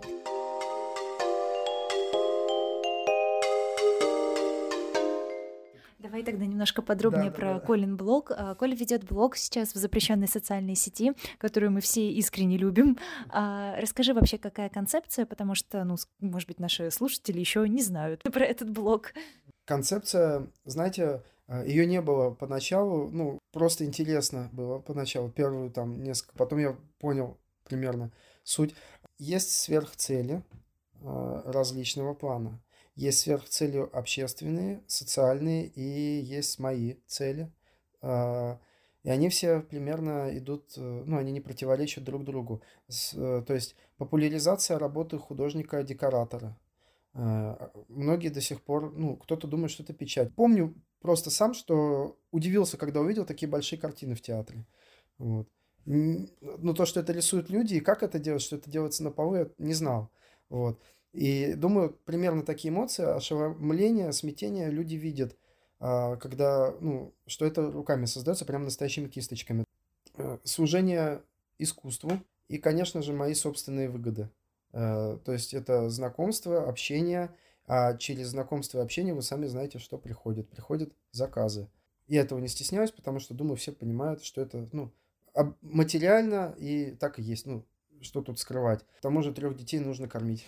S2: Давай тогда немножко подробнее про Колин блог. Коля ведет блог сейчас в запрещенной социальной сети, которую мы все искренне любим. Расскажи вообще, какая концепция, потому что, ну, может быть, наши слушатели еще не знают про этот блог.
S1: Концепция, знаете, ее не было поначалу, ну, просто интересно было поначалу, первую там несколько, потом я понял примерно суть. Есть сверхцели различного плана. Есть сверхцели общественные, социальные, и есть мои цели. И они все примерно идут, ну, они не противоречат друг другу. То есть популяризация работы художника-декоратора. Многие до сих пор, ну, кто-то думает, что это печать. Помню просто сам, что удивился, когда увидел такие большие картины в театре. Вот. Ну, то, что это рисуют люди, и как это делать, что это делается на полу, я не знал. Вот. И думаю, примерно такие эмоции, ошеломление, смятение люди видят, когда, ну, что это руками создается, прям настоящими кисточками. Служение искусству и, конечно же, мои собственные выгоды. То есть это знакомство, общение, а через знакомство и общение вы сами знаете, что приходит. Приходят заказы. Я этого не стесняюсь, потому что, думаю, все понимают, что это, ну, материально и так и есть. Ну, что тут скрывать? К тому же 3 детей нужно кормить.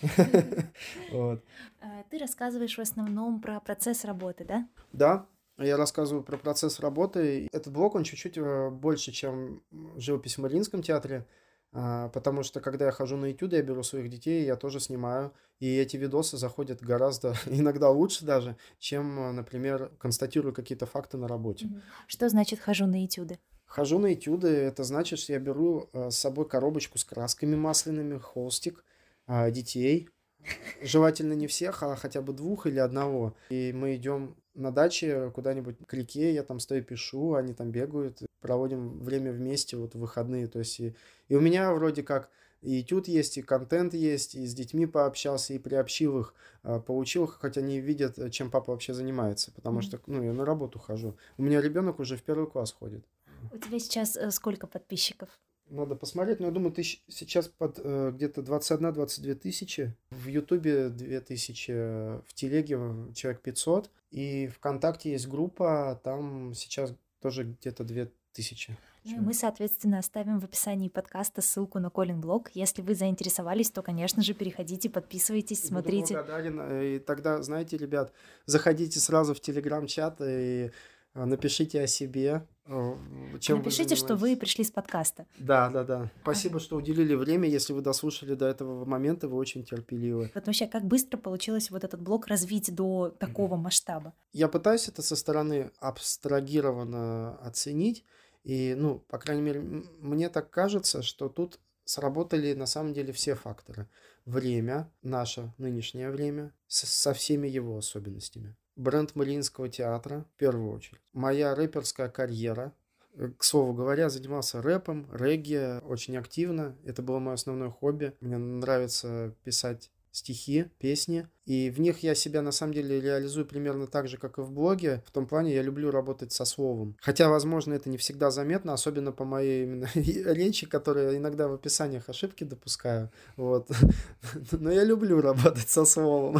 S2: Ты рассказываешь в основном про процесс работы, да?
S1: Да, я рассказываю про процесс работы. Этот блог, он чуть-чуть больше, чем живопись в Мариинском театре, потому что, когда я хожу на этюды, я беру своих детей, я тоже снимаю, и эти видосы заходят гораздо, иногда лучше даже, чем, например, констатирую какие-то факты на работе.
S2: Что значит «хожу на этюды»?
S1: Хожу на этюды, это значит, что я беру с собой коробочку с красками масляными, холстик, детей, желательно не всех, а хотя бы 2 или 1. И мы идем на даче куда-нибудь к реке, я там стою, пишу, они там бегают, проводим время вместе вот в выходные. То есть и у меня вроде как и этюд есть, и контент есть, и с детьми пообщался, и приобщил их, поучил их, хоть они видят, чем папа вообще занимается, потому что, ну, я на работу хожу. У меня ребенок уже в 1 класс ходит.
S2: У тебя сейчас сколько подписчиков?
S1: Надо посмотреть, но я думаю, ты сейчас под где-то 21-22 тысячи. В Ютубе 2000, в Телеге человек 500. И ВКонтакте есть группа, там сейчас тоже где-то 2000.
S2: Ну, мы, соответственно, оставим в описании подкаста ссылку на Колин блог. Если вы заинтересовались, то, конечно же, переходите, подписывайтесь, смотрите.
S1: Буду благодарен. И тогда, знаете, ребят, заходите сразу в Телеграм-чат и напишите о себе.
S2: Напишите, что вы пришли с подкаста.
S1: Да. Спасибо, что уделили время. Если вы дослушали до этого момента, вы очень терпеливы.
S2: Вот вообще, как быстро получилось вот этот блог развить до такого масштаба?
S1: Я пытаюсь это со стороны абстрагированно оценить. И, ну, по крайней мере, мне так кажется, что тут сработали на самом деле все факторы. Время, наше нынешнее время, со всеми его особенностями. Бренд Мариинского театра, в первую очередь. Моя рэперская карьера. К слову говоря, занимался рэпом, регги очень активно. Это было мое основное хобби. Мне нравится писать стихи, песни. И в них я себя на самом деле реализую примерно так же, как и в блоге. В том плане я люблю работать со словом. Хотя, возможно, это не всегда заметно, особенно по моей именно речи, которая иногда в описаниях ошибки допускаю. Вот. Но я люблю работать со словом.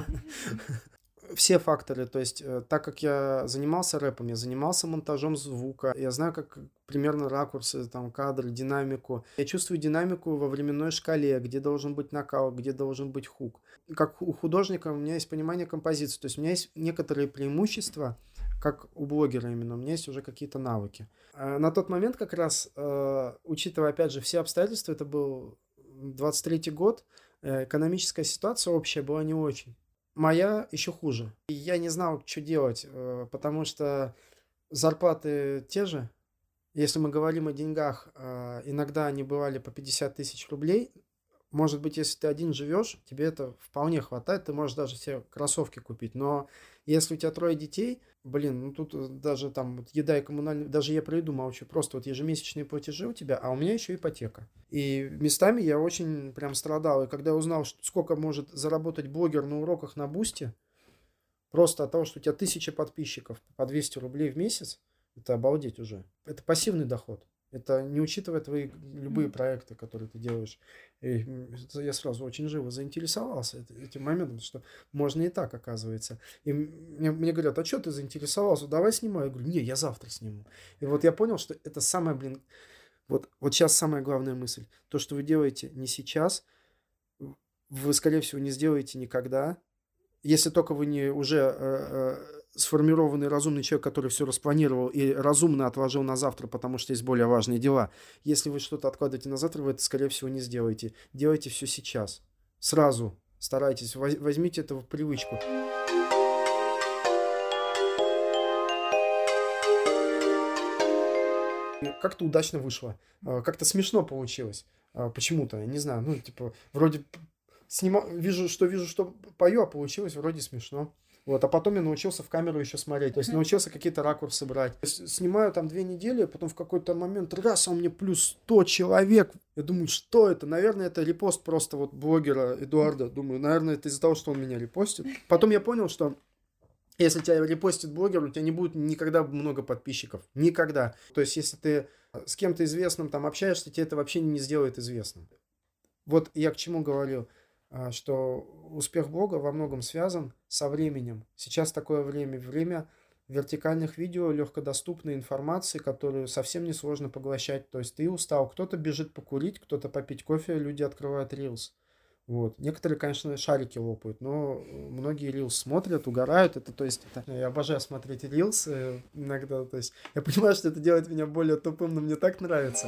S1: Все факторы, то есть, так как я занимался рэпом, я занимался монтажом звука, я знаю, как примерно ракурсы, там, кадры, динамику. Я чувствую динамику во временной шкале, где должен быть накал, где должен быть хук. Как у художника у меня есть понимание композиции, то есть у меня есть некоторые преимущества, как у блогера именно, у меня есть уже какие-то навыки. На тот момент как раз, учитывая, опять же, все обстоятельства, это был 23-й год, экономическая ситуация общая была не очень. Моя еще хуже. И я не знал, что делать, потому что зарплаты те же. Если мы говорим о деньгах, иногда они бывали по 50 тысяч рублей. Может быть, если ты один живешь, тебе это вполне хватает, ты можешь даже себе кроссовки купить. Но если у тебя трое детей, блин, ну тут даже там вот еда и коммунальные, даже я про еду молчу, просто вот ежемесячные платежи у тебя, а у меня еще ипотека. И местами я очень прям страдал. И когда я узнал, сколько может заработать блогер на уроках на Бусти, просто от того, что у тебя 1000 подписчиков по 200 рублей в месяц, это обалдеть уже. Это пассивный доход. Это не учитывая твои любые проекты, которые ты делаешь. И я сразу очень живо заинтересовался этим моментом, что можно и так, оказывается. И мне говорят, а что ты заинтересовался? Давай снимай. Я говорю, не, я завтра сниму. И вот я понял, что это самое, блин, вот сейчас самая главная мысль. То, что вы делаете не сейчас, вы, скорее всего, не сделаете никогда. Если только вы не уже сформированный разумный человек, который все распланировал и разумно отложил на завтра, потому что есть более важные дела. Если вы что-то откладываете на завтра, вы это, скорее всего, не сделаете. Делайте все сейчас. Сразу старайтесь. Возьмите это в привычку. Как-то удачно вышло. Как-то смешно получилось. Почему-то, я не знаю. Ну, типа, вроде вижу, что пою, а получилось вроде смешно. Вот, а потом я научился в камеру еще смотреть, то есть научился какие-то ракурсы брать. То есть, снимаю там 2 недели, а потом в какой-то момент раз, а у меня плюс 100 человек. Я думаю, что это? Наверное, это репост просто вот блогера Эдуарда. Думаю, наверное, это из-за того, что он меня репостит. Потом я понял, что если тебя репостит блогер, у тебя не будет никогда много подписчиков. Никогда. То есть, если ты с кем-то известным там общаешься, тебе это вообще не сделает известным. Вот я к чему говорю, что успех блога во многом связан со временем. Сейчас такое время вертикальных видео, легкодоступной информации, которую совсем несложно поглощать. То есть ты устал, кто-то бежит покурить, кто-то попить кофе, люди открывают Reels. Вот. Некоторые, конечно, шарики лопают, но многие Reels смотрят, угорают. Я обожаю смотреть Reels иногда. То есть я понимаю, что это делает меня более тупым, но мне так нравится.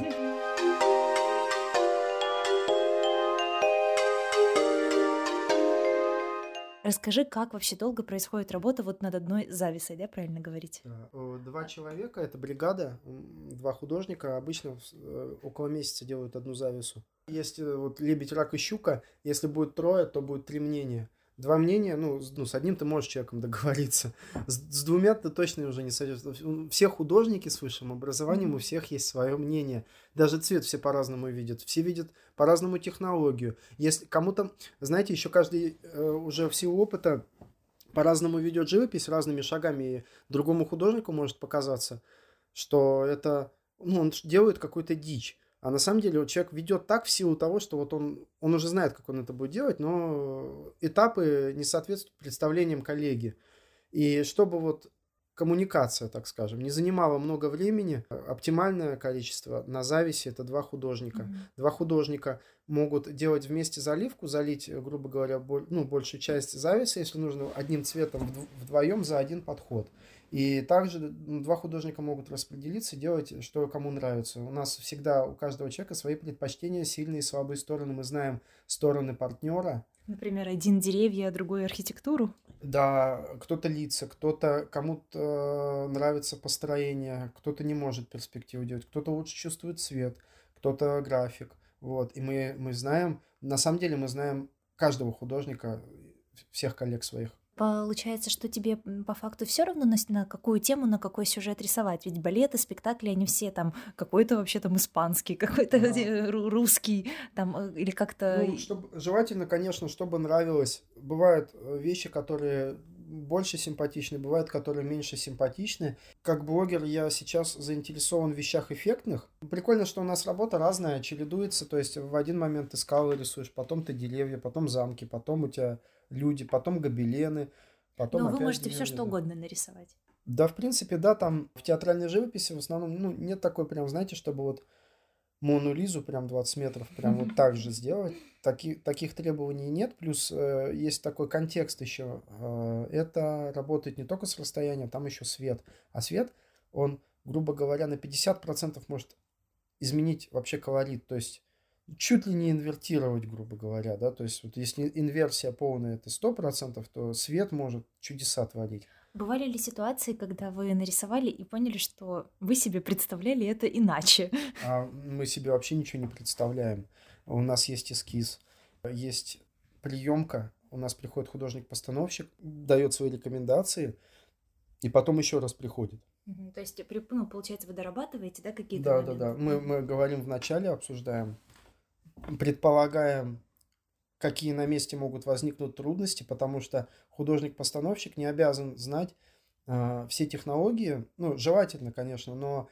S2: Расскажи, как вообще долго происходит работа вот над одной зависой, да, правильно говорить?
S1: 2 человека, это бригада, 2 художника, обычно около месяца делают одну завису. Если вот лебедь, рак и щука, если будет 3, то будет 3 мнения. 2 мнения, с одним ты можешь человеком договориться, с 2 ты точно уже не сойдешь. Все художники с высшим образованием, у всех есть свое мнение. Даже цвет все по-разному видят, все видят по-разному технологию. Если кому-то, знаете, еще каждый уже в силу опыта по-разному ведет живопись, разными шагами, и другому художнику может показаться, что это, он делает какую-то дичь. А на самом деле вот человек ведет так в силу того, что вот он уже знает, как он это будет делать, но этапы не соответствуют представлениям коллеги. И чтобы вот коммуникация, так скажем, не занимала много времени, оптимальное количество на зависи это 2 художника. 2 художника могут делать вместе заливку, залить, грубо говоря, большую часть зависа, если нужно, одним цветом вдвоем за один подход. И также 2 художника могут распределиться, делать, что кому нравится. У нас всегда, у каждого человека свои предпочтения, сильные и слабые стороны. Мы знаем стороны партнера.
S2: Например, один деревья, а другой архитектуру.
S1: Да, кто-то лица, кому-то нравится построение, кто-то не может перспективу делать, кто-то лучше чувствует цвет, кто-то график. Вот. И мы знаем, на самом деле мы знаем каждого художника, всех коллег своих.
S2: Получается, что тебе по факту все равно на какую тему, на какой сюжет рисовать. Ведь балеты, спектакли, они все там какой-то вообще там испанский, какой-то русский, там или как-то...
S1: Желательно, конечно, чтобы нравилось. Бывают вещи, которые больше симпатичны, бывают, которые меньше симпатичны. Как блогер я сейчас заинтересован в вещах эффектных. Прикольно, что у нас работа разная, чередуется. То есть в один момент ты скалы рисуешь, потом ты деревья, потом замки, потом у тебя люди, потом гобелены, потом
S2: опять... Но вы можете все что угодно нарисовать.
S1: Да, в принципе, да, там в театральной живописи в основном, нет такой прям, знаете, чтобы вот Мону Лизу прям 20 метров прям вот так же сделать. Таких требований нет. Плюс есть такой контекст еще. Это работает не только с расстояния, там еще свет. А свет, он, грубо говоря, на 50% может изменить вообще колорит. То есть чуть ли не инвертировать, грубо говоря, да, то есть вот если инверсия полная это 100%, то свет может чудеса творить.
S2: Бывали ли ситуации, когда вы нарисовали и поняли, что вы себе представляли это иначе?
S1: А мы себе вообще ничего не представляем. У нас есть эскиз, есть приемка, у нас приходит художник-постановщик, дает свои рекомендации, и потом еще раз приходит.
S2: То есть, ну, получается, вы дорабатываете, да, какие-то
S1: Да, да,
S2: моменты?
S1: да. Мы говорим вначале, обсуждаем, предполагаем, какие на месте могут возникнуть трудности, потому что художник-постановщик не обязан знать все технологии. Ну, желательно, конечно, но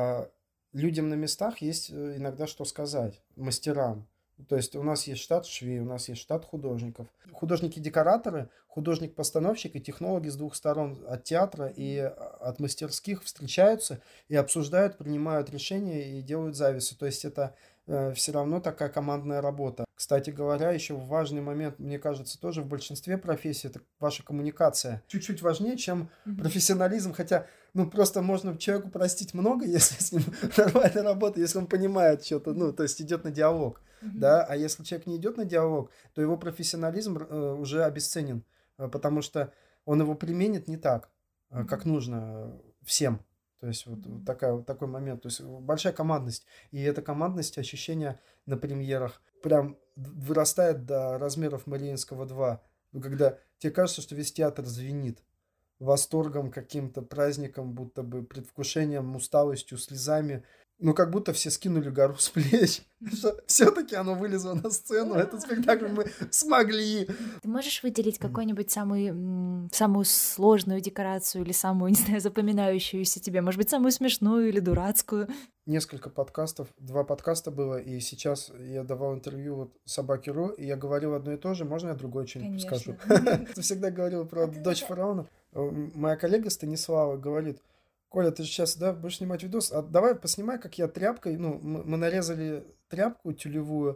S1: людям на местах есть иногда что сказать, мастерам. То есть у нас есть штат швей, у нас есть штат художников. Художники-декораторы, художник-постановщик и технологи с двух сторон от театра и от мастерских встречаются и обсуждают, принимают решения и делают завесы. То есть это все равно такая командная работа. Кстати говоря, еще важный момент, мне кажется, тоже в большинстве профессий, это ваша коммуникация. Чуть-чуть важнее, чем профессионализм, хотя, ну, просто можно человеку простить много, если с ним нормально работает, если он понимает что-то, ну, то есть идет на диалог, да, а если человек не идет на диалог, то его профессионализм уже обесценен, потому что он его применит не так, как нужно всем. То есть вот такой момент. То есть большая командность. И эта командность, ощущение на премьерах прям вырастает до размеров Мариинского 2. Ну, когда тебе кажется, что весь театр звенит восторгом, каким-то праздником, будто бы предвкушением, усталостью, слезами. Ну, как будто все скинули гору с плеч. Все-таки оно вылезло на сцену. Этот спектакль мы смогли.
S2: Ты можешь выделить какую-нибудь самую сложную декорацию или самую, не знаю, запоминающуюся тебе? Может быть, самую смешную или дурацкую?
S1: Несколько подкастов, 2 подкаста было, и сейчас я давал интервью вот «Собаке.ру», и я говорил одно и то же, можно я другое что-нибудь скажу? Ты всегда говорил про «Дочь фараона». Моя коллега Станислава говорит: Коля, ты же сейчас, да, будешь снимать видос, а давай поснимай, как я тряпкой, ну, мы нарезали тряпку тюлевую,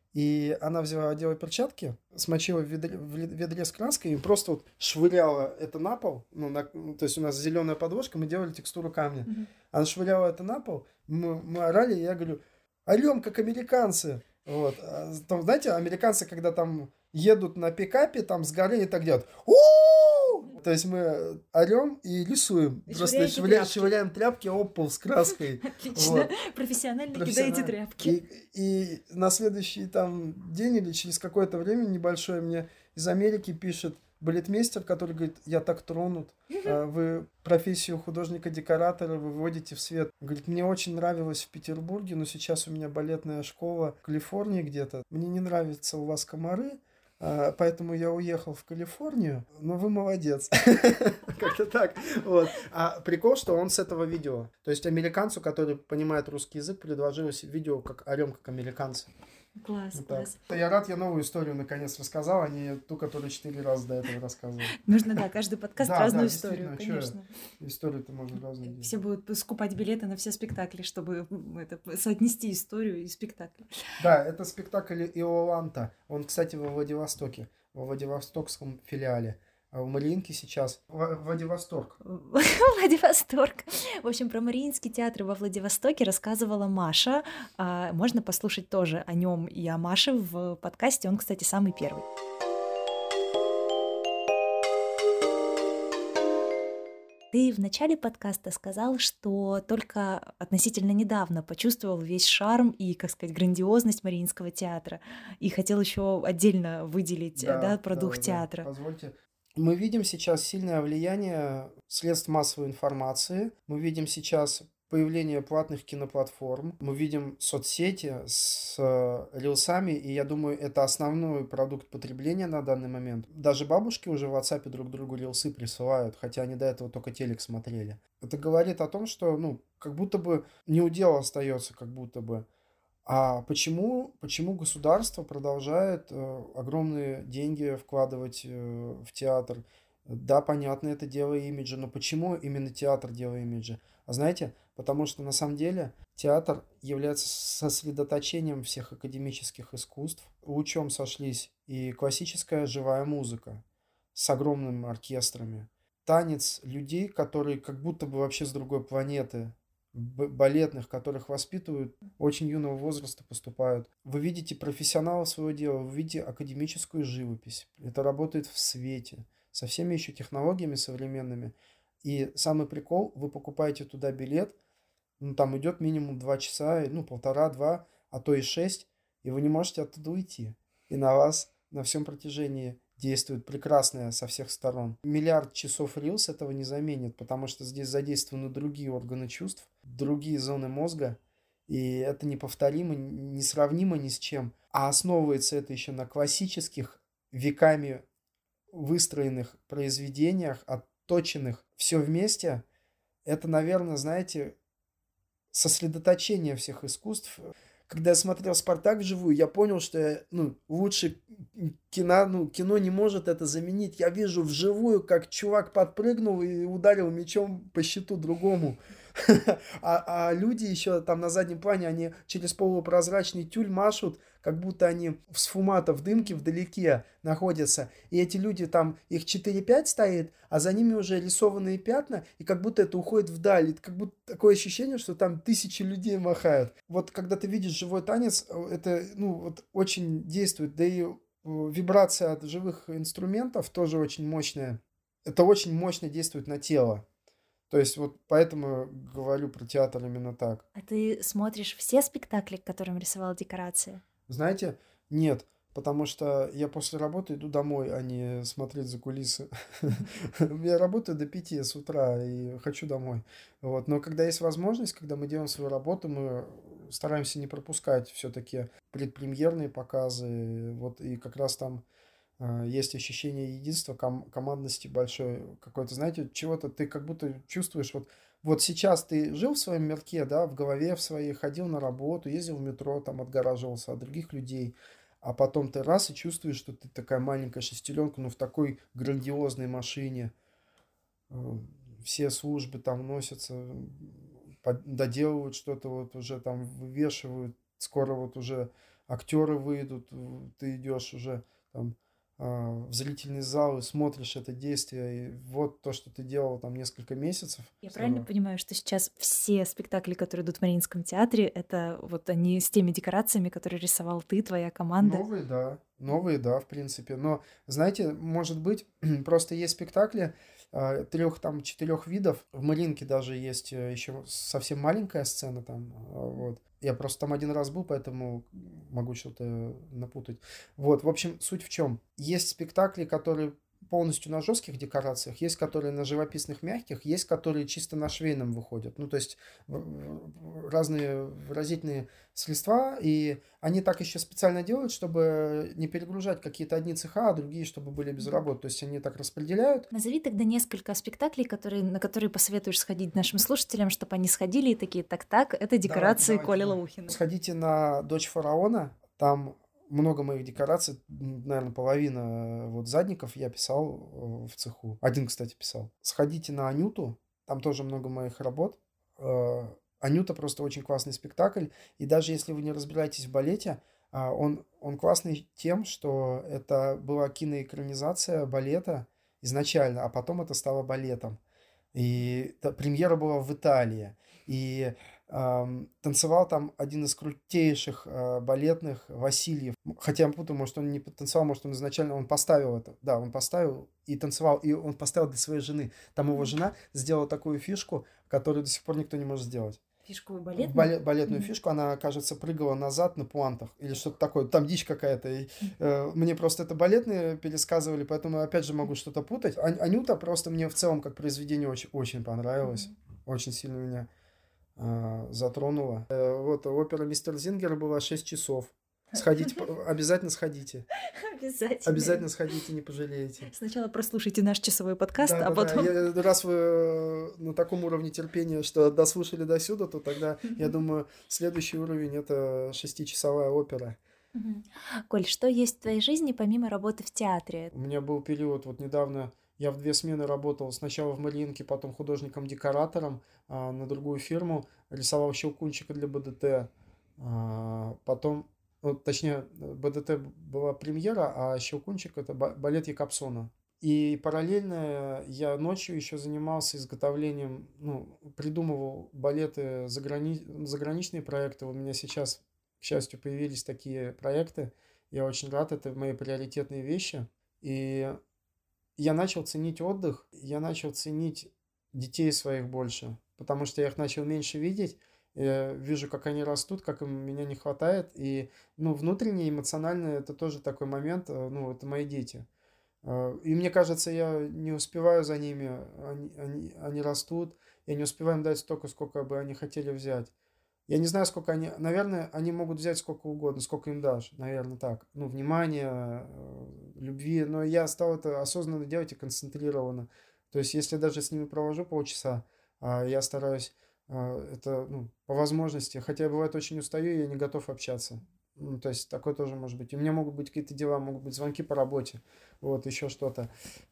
S1: и она взяла, одела перчатки, смочила в ведре с краской и просто вот швыряла это на пол. Ну, то есть у нас зеленая подложка, мы делали текстуру камня. Она швыряла это на пол, мы орали, и я говорю: орем, как американцы. Вот. Там, знаете, американцы, когда там едут на пикапе, там с горы и так делают. У-у-у! То есть мы орем и рисуем.
S2: И
S1: просто швыряем тряпки об пол с краской.
S2: Отлично.
S1: Вот.
S2: Профессионально кидаете тряпки.
S1: И на следующий там день или через какое-то время небольшое мне из Америки пишет балетмейстер, который говорит: я так тронут, вы профессию художника-декоратора выводите в свет. Говорит: мне очень нравилось в Петербурге, но сейчас у меня балетная школа в Калифорнии где-то. Мне не нравятся у вас комары, поэтому я уехал в Калифорнию, но вы молодец. Как-то так. Вот. А прикол, что он с этого видео. То есть американцу, который понимает русский язык, предложилось видео, как орем, как американцы.
S2: Класс,
S1: Вот
S2: класс.
S1: Я рад, я новую историю наконец рассказал, а не ту, которую 4 раза до этого рассказывал.
S2: Нужно, да, каждый подкаст
S1: Да,
S2: разную
S1: да,
S2: историю,
S1: действительно,
S2: конечно.
S1: Историю-то можно разную делать.
S2: Все будут скупать билеты на все спектакли, чтобы соотнести историю и спектакль.
S1: Да, это спектакль Иоланта. Он, кстати, во Владивостоке, во Владивостокском филиале. А в Мариинке сейчас Владивосток.
S2: Владивосток. В общем, про Мариинский театр во Владивостоке рассказывала Маша. Можно послушать тоже о нем и о Маше в подкасте. Он, кстати, самый первый. Ты в начале подкаста сказал, что только относительно недавно почувствовал весь шарм и, как сказать, грандиозность Мариинского театра. И хотел еще отдельно выделить про дух театра.
S1: Позвольте. Мы видим сейчас сильное влияние средств массовой информации. Мы видим сейчас появление платных киноплатформ. Мы видим соцсети с рилсами, и я думаю, это основной продукт потребления на данный момент. Даже бабушки уже в WhatsApp друг другу рилсы присылают, хотя они до этого только телек смотрели. Это говорит о том, что, как будто бы неудел остается, как будто бы. А почему государство продолжает огромные деньги вкладывать в театр? Да, понятно, это дело имиджа, но почему именно театр дело имиджа? А знаете, потому что на самом деле театр является сосредоточением всех академических искусств. Лучом сошлись и классическая живая музыка с огромными оркестрами, танец людей, которые как будто бы вообще с другой планеты. балетных, которых воспитывают, очень юного возраста поступают. Вы видите профессионалов своего дела, вы видите академическую живопись. Это работает в свете, со всеми еще технологиями современными. И самый прикол, вы покупаете туда билет, ну, там идет минимум 2 часа, ну, полтора-два, а то и 6, и вы не можете оттуда уйти. И на вас на всем протяжении действует прекрасное со всех сторон. Миллиард часов Reels этого не заменит, потому что здесь задействованы другие органы чувств, другие зоны мозга, и это неповторимо, несравнимо ни с чем. А основывается это еще на классических, веками выстроенных произведениях, отточенных все вместе. Это, наверное, знаете, сосредоточение всех искусств. Когда я смотрел «Спартак» вживую, я понял, что я, лучше кино не может это заменить. Я вижу вживую, как чувак подпрыгнул и ударил мячом по щиту другому. А люди еще там на заднем плане, они через полупрозрачный тюль машут, как будто они в сфумато, в дымке вдалеке находятся. И эти люди там, их 4-5 стоит, а за ними уже рисованные пятна, и как будто это уходит вдаль. Это как будто такое ощущение, что там тысячи людей махают. Вот когда ты видишь живой танец, это вот очень действует. Да и вибрация от живых инструментов тоже очень мощная. Это очень мощно действует на тело. То есть вот поэтому говорю про театр именно так.
S2: А ты смотришь все спектакли, к которым рисовал декорации?
S1: Знаете, нет, потому что я после работы иду домой, а не смотреть за кулисы. Я работаю до 5 с утра и хочу домой. Вот. Но когда есть возможность, когда мы делаем свою работу, мы стараемся не пропускать все-таки предпремьерные показы. Вот, и как раз там есть ощущение единства, командности большой какой-то, знаете, чего-то ты как будто чувствуешь, вот сейчас ты жил в своем мирке, да, в голове в своей, ходил на работу, ездил в метро, там отгораживался от других людей, а потом ты раз и чувствуешь, что ты такая маленькая шестеренка, но в такой грандиозной машине, все службы там носятся, доделывают что-то, вот уже там вывешивают, скоро вот уже актеры выйдут, ты идешь уже там в зрительный зал и смотришь это действие, и вот то, что ты делал там несколько месяцев.
S2: Я правильно понимаю, что сейчас все спектакли, которые идут в Мариинском театре, это вот они с теми декорациями, которые рисовал ты, твоя команда?
S1: Новые, да, в принципе. Но, знаете, может быть, просто есть спектакли 3-4 видов. В Мариинке даже есть еще совсем маленькая сцена там, вот. Я просто там один раз был, поэтому могу что-то напутать. Вот, в общем, суть в чем? Есть спектакли, которые полностью на жестких декорациях, есть которые на живописных мягких, есть которые чисто на швейном выходят. Ну, то есть разные выразительные средства, и они так еще специально делают, чтобы не перегружать какие-то одни цеха, а другие, чтобы были без работы. То есть они так распределяют.
S2: Назови тогда несколько спектаклей, на которые посоветуешь сходить нашим слушателям, чтобы они сходили и такие, так, это декорации Коли Лаухина.
S1: Сходите на «Дочь фараона», там много моих декораций, наверное, половина вот задников я писал в цеху. Один, кстати, писал. Сходите на «Анюту», там тоже много моих работ. «Анюта» просто очень классный спектакль. И даже если вы не разбираетесь в балете, он классный тем, что это была киноэкранизация балета изначально, а потом это стало балетом. И премьера была в Италии. И танцевал там один из крутейших балетных, Васильев. Хотя я путаю, может, он не танцевал, может, он изначально, он поставил это. Да, он поставил и танцевал, и он поставил для своей жены. Там его жена сделала такую фишку, которую до сих пор никто не может сделать.
S2: Фишку балетную?
S1: Балетную фишку, она, кажется, прыгала назад на пуантах или что-то такое. Там дичь какая-то. И, мне просто это балетные пересказывали, поэтому опять же могу что-то путать. Анюта просто мне в целом как произведение очень, очень понравилось. Очень сильно меня затронула. Вот опера «Мистер Зингер» была 6 часов. Сходите, обязательно сходите. Обязательно сходите, не пожалеете.
S2: Сначала прослушайте наш часовой подкаст, а потом...
S1: Раз вы на таком уровне терпения, что дослушали до сюда, то тогда, я думаю, следующий уровень — это 6-часовая опера.
S2: Коль, что есть в твоей жизни помимо работы в театре?
S1: У меня был период, вот недавно я в 2 смены работал, сначала в Мариинке, потом художником-декоратором на другую фирму, рисовал «Щелкунчика» для БДТ, потом... точнее, БДТ была премьера, а «Щелкунчик» — это балет Якобсона. И параллельно я ночью еще занимался изготовлением, придумывал балеты, заграничные проекты. У меня сейчас, к счастью, появились такие проекты. Я очень рад, это мои приоритетные вещи. И я начал ценить отдых, я начал ценить детей своих больше, потому что я их начал меньше видеть. Я вижу, как они растут, как им меня не хватает. И, внутренне, эмоционально это тоже такой момент, это мои дети. И мне кажется, я не успеваю за ними, они растут, я не успеваю им дать столько, сколько бы они хотели взять. Я не знаю, сколько они, наверное, они могут взять сколько угодно, сколько им дашь, наверное, так. Внимания, любви, но я стал это осознанно делать и концентрированно. То есть, если даже с ними провожу полчаса, я стараюсь это, по возможности, хотя я бывает очень устаю, и я не готов общаться. То есть, такое тоже может быть. У меня могут быть какие-то дела, могут быть звонки по работе, вот, еще что-то.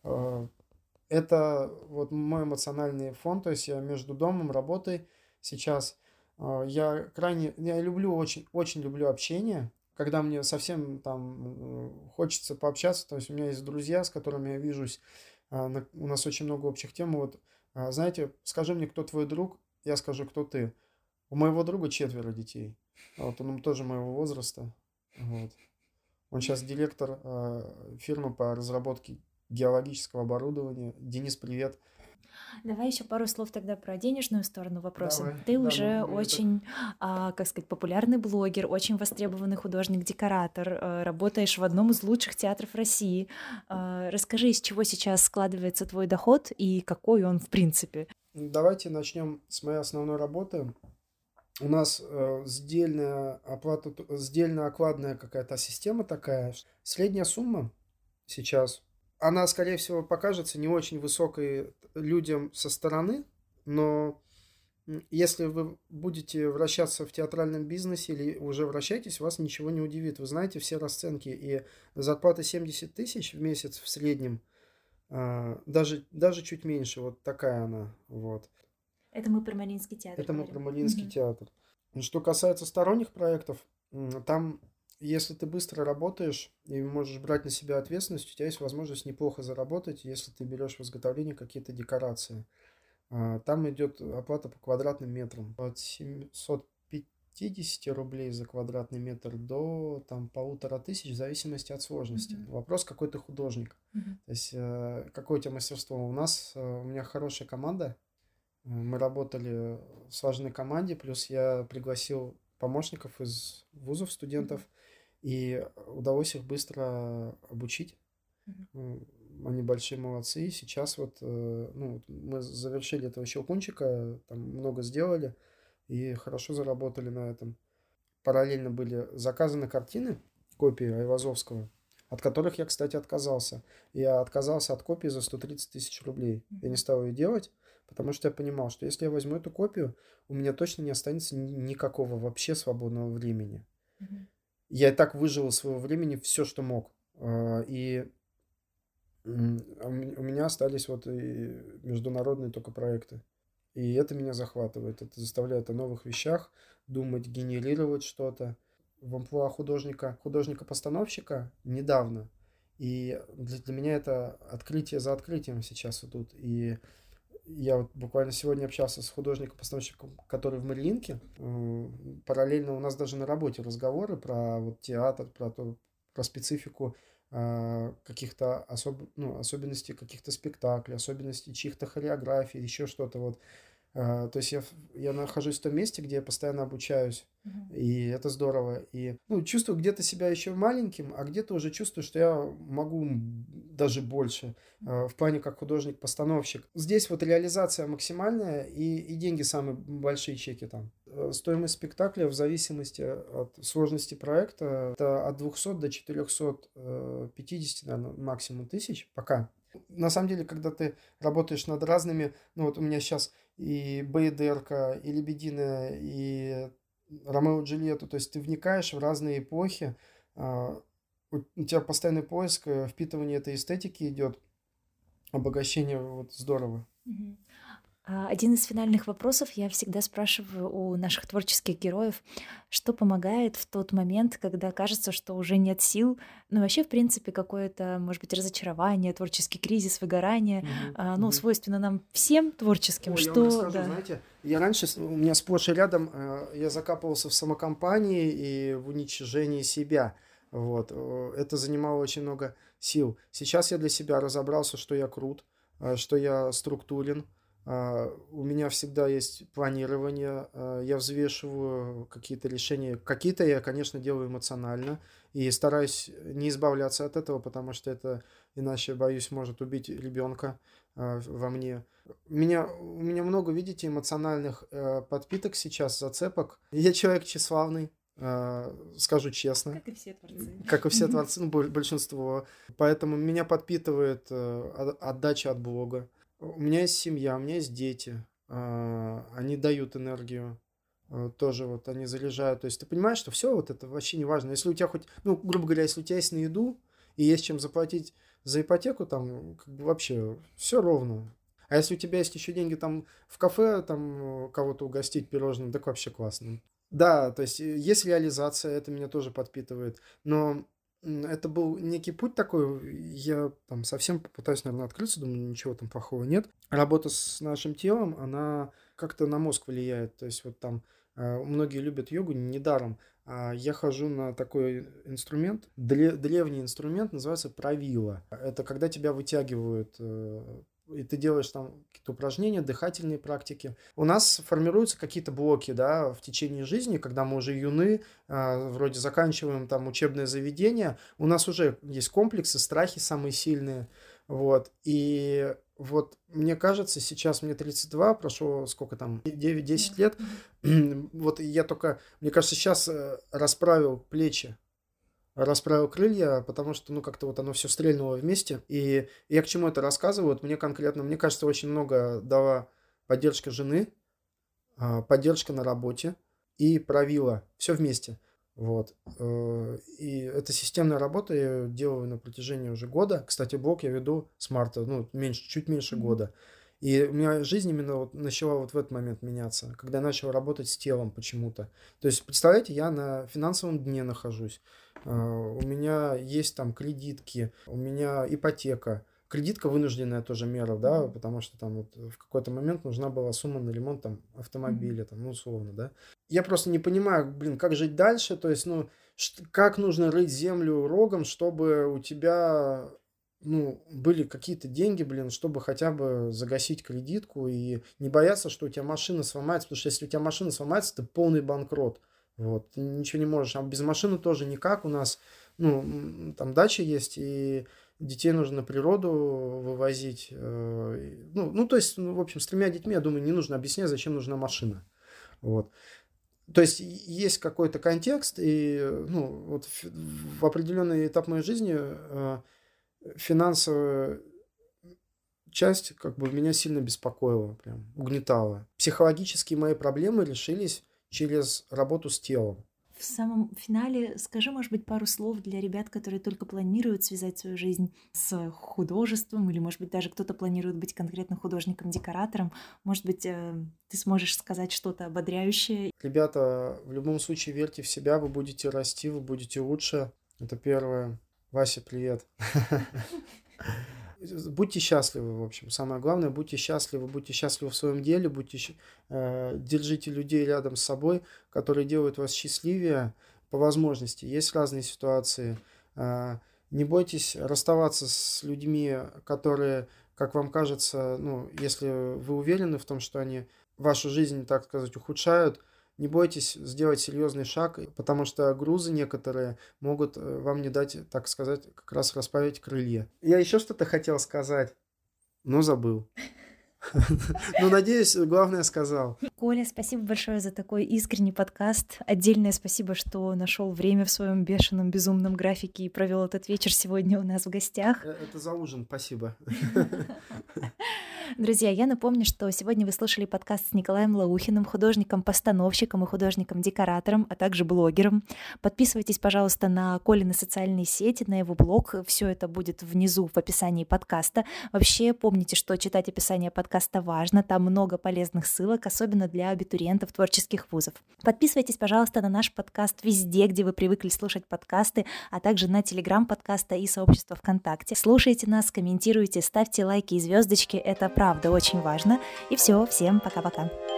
S1: Это вот мой эмоциональный фон, то есть я между домом, работой сейчас. Я люблю, очень, очень люблю общение, когда мне совсем там хочется пообщаться, то есть у меня есть друзья, с которыми я вижусь, у нас очень много общих тем, вот, знаете, скажи мне, кто твой друг, я скажу, кто ты. У моего друга 4 детей, вот, он тоже моего возраста, вот. Он сейчас директор фирмы по разработке геологического оборудования. Денис, привет.
S2: Давай еще пару слов тогда про денежную сторону вопроса.
S1: Давай.
S2: Ты
S1: Да,
S2: уже
S1: мы это-
S2: очень, как сказать, популярный блогер, очень востребованный художник-декоратор, работаешь в одном из лучших театров России. Расскажи, из чего сейчас складывается твой доход и какой он в принципе?
S1: Давайте начнем с моей основной работы. У нас сдельная оплата, сдельно-окладная какая-то система такая. Средняя сумма сейчас, она, скорее всего, покажется не очень высокой людям со стороны, но если вы будете вращаться в театральном бизнесе или уже вращаетесь, вас ничего не удивит. Вы знаете все расценки, и зарплата 70 тысяч в месяц в среднем, даже чуть меньше, вот такая она, вот.
S2: Это мы про Мариинский театр
S1: Это мы про
S2: говорим.
S1: Мариинский
S2: Мгм.
S1: театр. Что касается сторонних проектов, там, если ты быстро работаешь и можешь брать на себя ответственность, у тебя есть возможность неплохо заработать, если ты берешь в изготовление какие-то декорации. Там идет оплата по квадратным метрам. От 750 рублей за квадратный метр до там 1500, в зависимости от сложности.
S2: Мгм.
S1: Вопрос, какой ты художник.
S2: Мгм.
S1: То есть, какое у тебя мастерство. У меня хорошая команда. Мы работали в слаженной команде, плюс я пригласил помощников из вузов
S2: Мгм.
S1: студентов, и удалось их быстро обучить.
S2: Мгм.
S1: Они большие молодцы. Сейчас мы завершили этого щелкунчика, там много сделали и хорошо заработали на этом. Параллельно были заказаны картины, копии Айвазовского, от которых я, кстати, отказался. Я отказался от копии за 130 тысяч рублей. Я не
S2: Мгм.
S1: стал ее делать, потому что я понимал, что если я возьму эту копию, у меня точно не останется никакого вообще свободного времени.
S2: Мгм.
S1: Я и так выжил из своего времени все, что мог. И у меня остались вот и международные только проекты. И это меня захватывает. Это заставляет о новых вещах думать, генерировать что-то. В амплуа художника-постановщика недавно. И для меня это открытие за открытием сейчас идут. И я вот буквально сегодня общался с художником-постановщиком, который в Мариинке. Параллельно у нас даже на работе разговоры про вот театр, про специфику каких-то особенностей каких-то спектаклей, особенностей чьих-то хореографий, еще что-то вот. То есть я нахожусь в том месте, где я постоянно обучаюсь,
S2: Мгм.
S1: и это здорово. И чувствую где-то себя еще маленьким, а где-то уже чувствую, что я могу даже больше в плане как художник-постановщик. Здесь вот реализация максимальная, и деньги самые большие чеки там. Стоимость спектакля в зависимости от сложности проекта это от 200 до 450, наверное, максимум тысяч пока. На самом деле, когда ты работаешь над разными, вот у меня сейчас и Бейдерка, и Лебединая, и Ромео и Джульетту, то есть ты вникаешь в разные эпохи, у тебя постоянный поиск, впитывание этой эстетики идет, обогащение, вот здорово.
S2: Мгм. Один из финальных вопросов я всегда спрашиваю у наших творческих героев, что помогает в тот момент, когда кажется, что уже нет сил, ну вообще, в принципе, какое-то, может быть, разочарование, творческий кризис, выгорание, свойственно нам всем творческим,
S1: Ой, я вам
S2: что...
S1: расскажу, знаете, я раньше, у меня сплошь и рядом, я закапывался в самокомпании и в уничижении себя. Вот, это занимало очень много сил. Сейчас я для себя разобрался, что я крут, что я структурен. У меня всегда есть планирование, я взвешиваю какие-то решения. Какие-то я, конечно, делаю эмоционально и стараюсь не избавляться от этого, потому что это, иначе, боюсь, может убить ребенка во мне. У меня много, видите, эмоциональных подпиток сейчас, зацепок. Я человек тщеславный, скажу честно.
S2: Как и все творцы.
S1: Как и все творцы, ну, большинство. Поэтому меня подпитывает отдача от Бога. У меня есть семья, у меня есть дети. Они дают энергию. Тоже вот они заряжают. То есть ты понимаешь, что все вот это вообще не важно. Если у тебя хоть, ну, грубо говоря, если у тебя есть на еду и есть чем заплатить за ипотеку, там как бы вообще все ровно. А если у тебя есть еще деньги там в кафе, там кого-то угостить пирожным, так вообще классно. Да, то есть есть реализация, это меня тоже подпитывает. Но это был некий путь такой, я там совсем попытаюсь, наверное, открыться, думаю, ничего там плохого нет. Работа с нашим телом, она как-то на мозг влияет. То есть вот там многие любят йогу недаром. Я хожу на такой инструмент, древний инструмент, называется правила. Это когда тебя вытягивают, и ты делаешь там какие-то упражнения, дыхательные практики. У нас формируются какие-то блоки, да, в течение жизни, когда мы уже юны, вроде заканчиваем там учебное заведение, у нас уже есть комплексы, страхи самые сильные, вот. И вот мне кажется, сейчас мне 32, прошло сколько там, 9-10 лет, вот я только, мне кажется, сейчас расправил плечи, расправил крылья, потому что, ну, как-то вот оно все стрельнуло вместе. И я к чему это рассказываю? Вот мне конкретно, мне кажется, очень много дала поддержка жены, поддержка на работе и правила. Все вместе. Вот. И это системная работа, я ее делаю на протяжении уже года. Кстати, блог я веду с марта, ну, чуть меньше года. И у меня жизнь именно вот начала вот в этот момент меняться, когда я начал работать с телом почему-то. То есть, представляете, я на финансовом дне нахожусь. У меня есть там кредитки, у меня ипотека. Кредитка вынужденная тоже мера, да, потому что там вот в какой-то момент нужна была сумма на ремонт там автомобиля, там, ну, условно, да. Я просто не понимаю, блин, как жить дальше, то есть, ну, как нужно рыть землю рогом, чтобы у тебя, ну, были какие-то деньги, блин, чтобы хотя бы загасить кредитку и не бояться, что у тебя машина сломается, потому что если у тебя машина сломается, ты полный банкрот. Вот, ты ничего не можешь. А без машины тоже никак. У нас, ну, там дача есть, и детей нужно на природу вывозить. То есть, ну, в общем, с 3 детьми, я думаю, не нужно объяснять, зачем нужна машина. Вот. То есть, есть какой-то контекст, и, ну, вот в определенный этап моей жизни финансовая часть как бы меня сильно беспокоила, прям угнетала. Психологические мои проблемы решились через работу с телом.
S2: В самом финале скажи, может быть, пару слов для ребят, которые только планируют связать свою жизнь с художеством, или, может быть, даже кто-то планирует быть конкретно художником-декоратором. Может быть, ты сможешь сказать что-то ободряющее.
S1: Ребята, в любом случае верьте в себя, вы будете расти, вы будете лучше. Это первое. Вася, привет. Будьте счастливы, в общем. Самое главное, будьте счастливы в своем деле, держите людей рядом с собой, которые делают вас счастливее по возможности. Есть разные ситуации. Не бойтесь расставаться с людьми, которые, как вам кажется, ну, если вы уверены в том, что они вашу жизнь, так сказать, ухудшают, не бойтесь сделать серьезный шаг, потому что грузы некоторые могут вам не дать, так сказать, как раз расправить крылья. Я еще что-то хотел сказать, но забыл. Ну, надеюсь, главное сказал.
S2: Коля, спасибо большое за такой искренний подкаст. Отдельное спасибо, что нашел время в своем бешеном, безумном графике и провел этот вечер сегодня у нас в гостях.
S1: Это за ужин, спасибо.
S2: Друзья, я напомню, что сегодня вы слушали подкаст с Николаем Лаухиным, художником-постановщиком и художником-декоратором, а также блогером. Подписывайтесь, пожалуйста, на Колины социальные сети, на его блог. Все это будет внизу в описании подкаста. Вообще, помните, что читать описание подкаста важно. Там много полезных ссылок, особенно для абитуриентов творческих вузов. Подписывайтесь, пожалуйста, на наш подкаст везде, где вы привыкли слушать подкасты, а также на Телеграм подкаста и сообщество ВКонтакте. Слушайте нас, комментируйте, ставьте лайки и звездочки. Это правда очень важно. И все, всем пока-пока.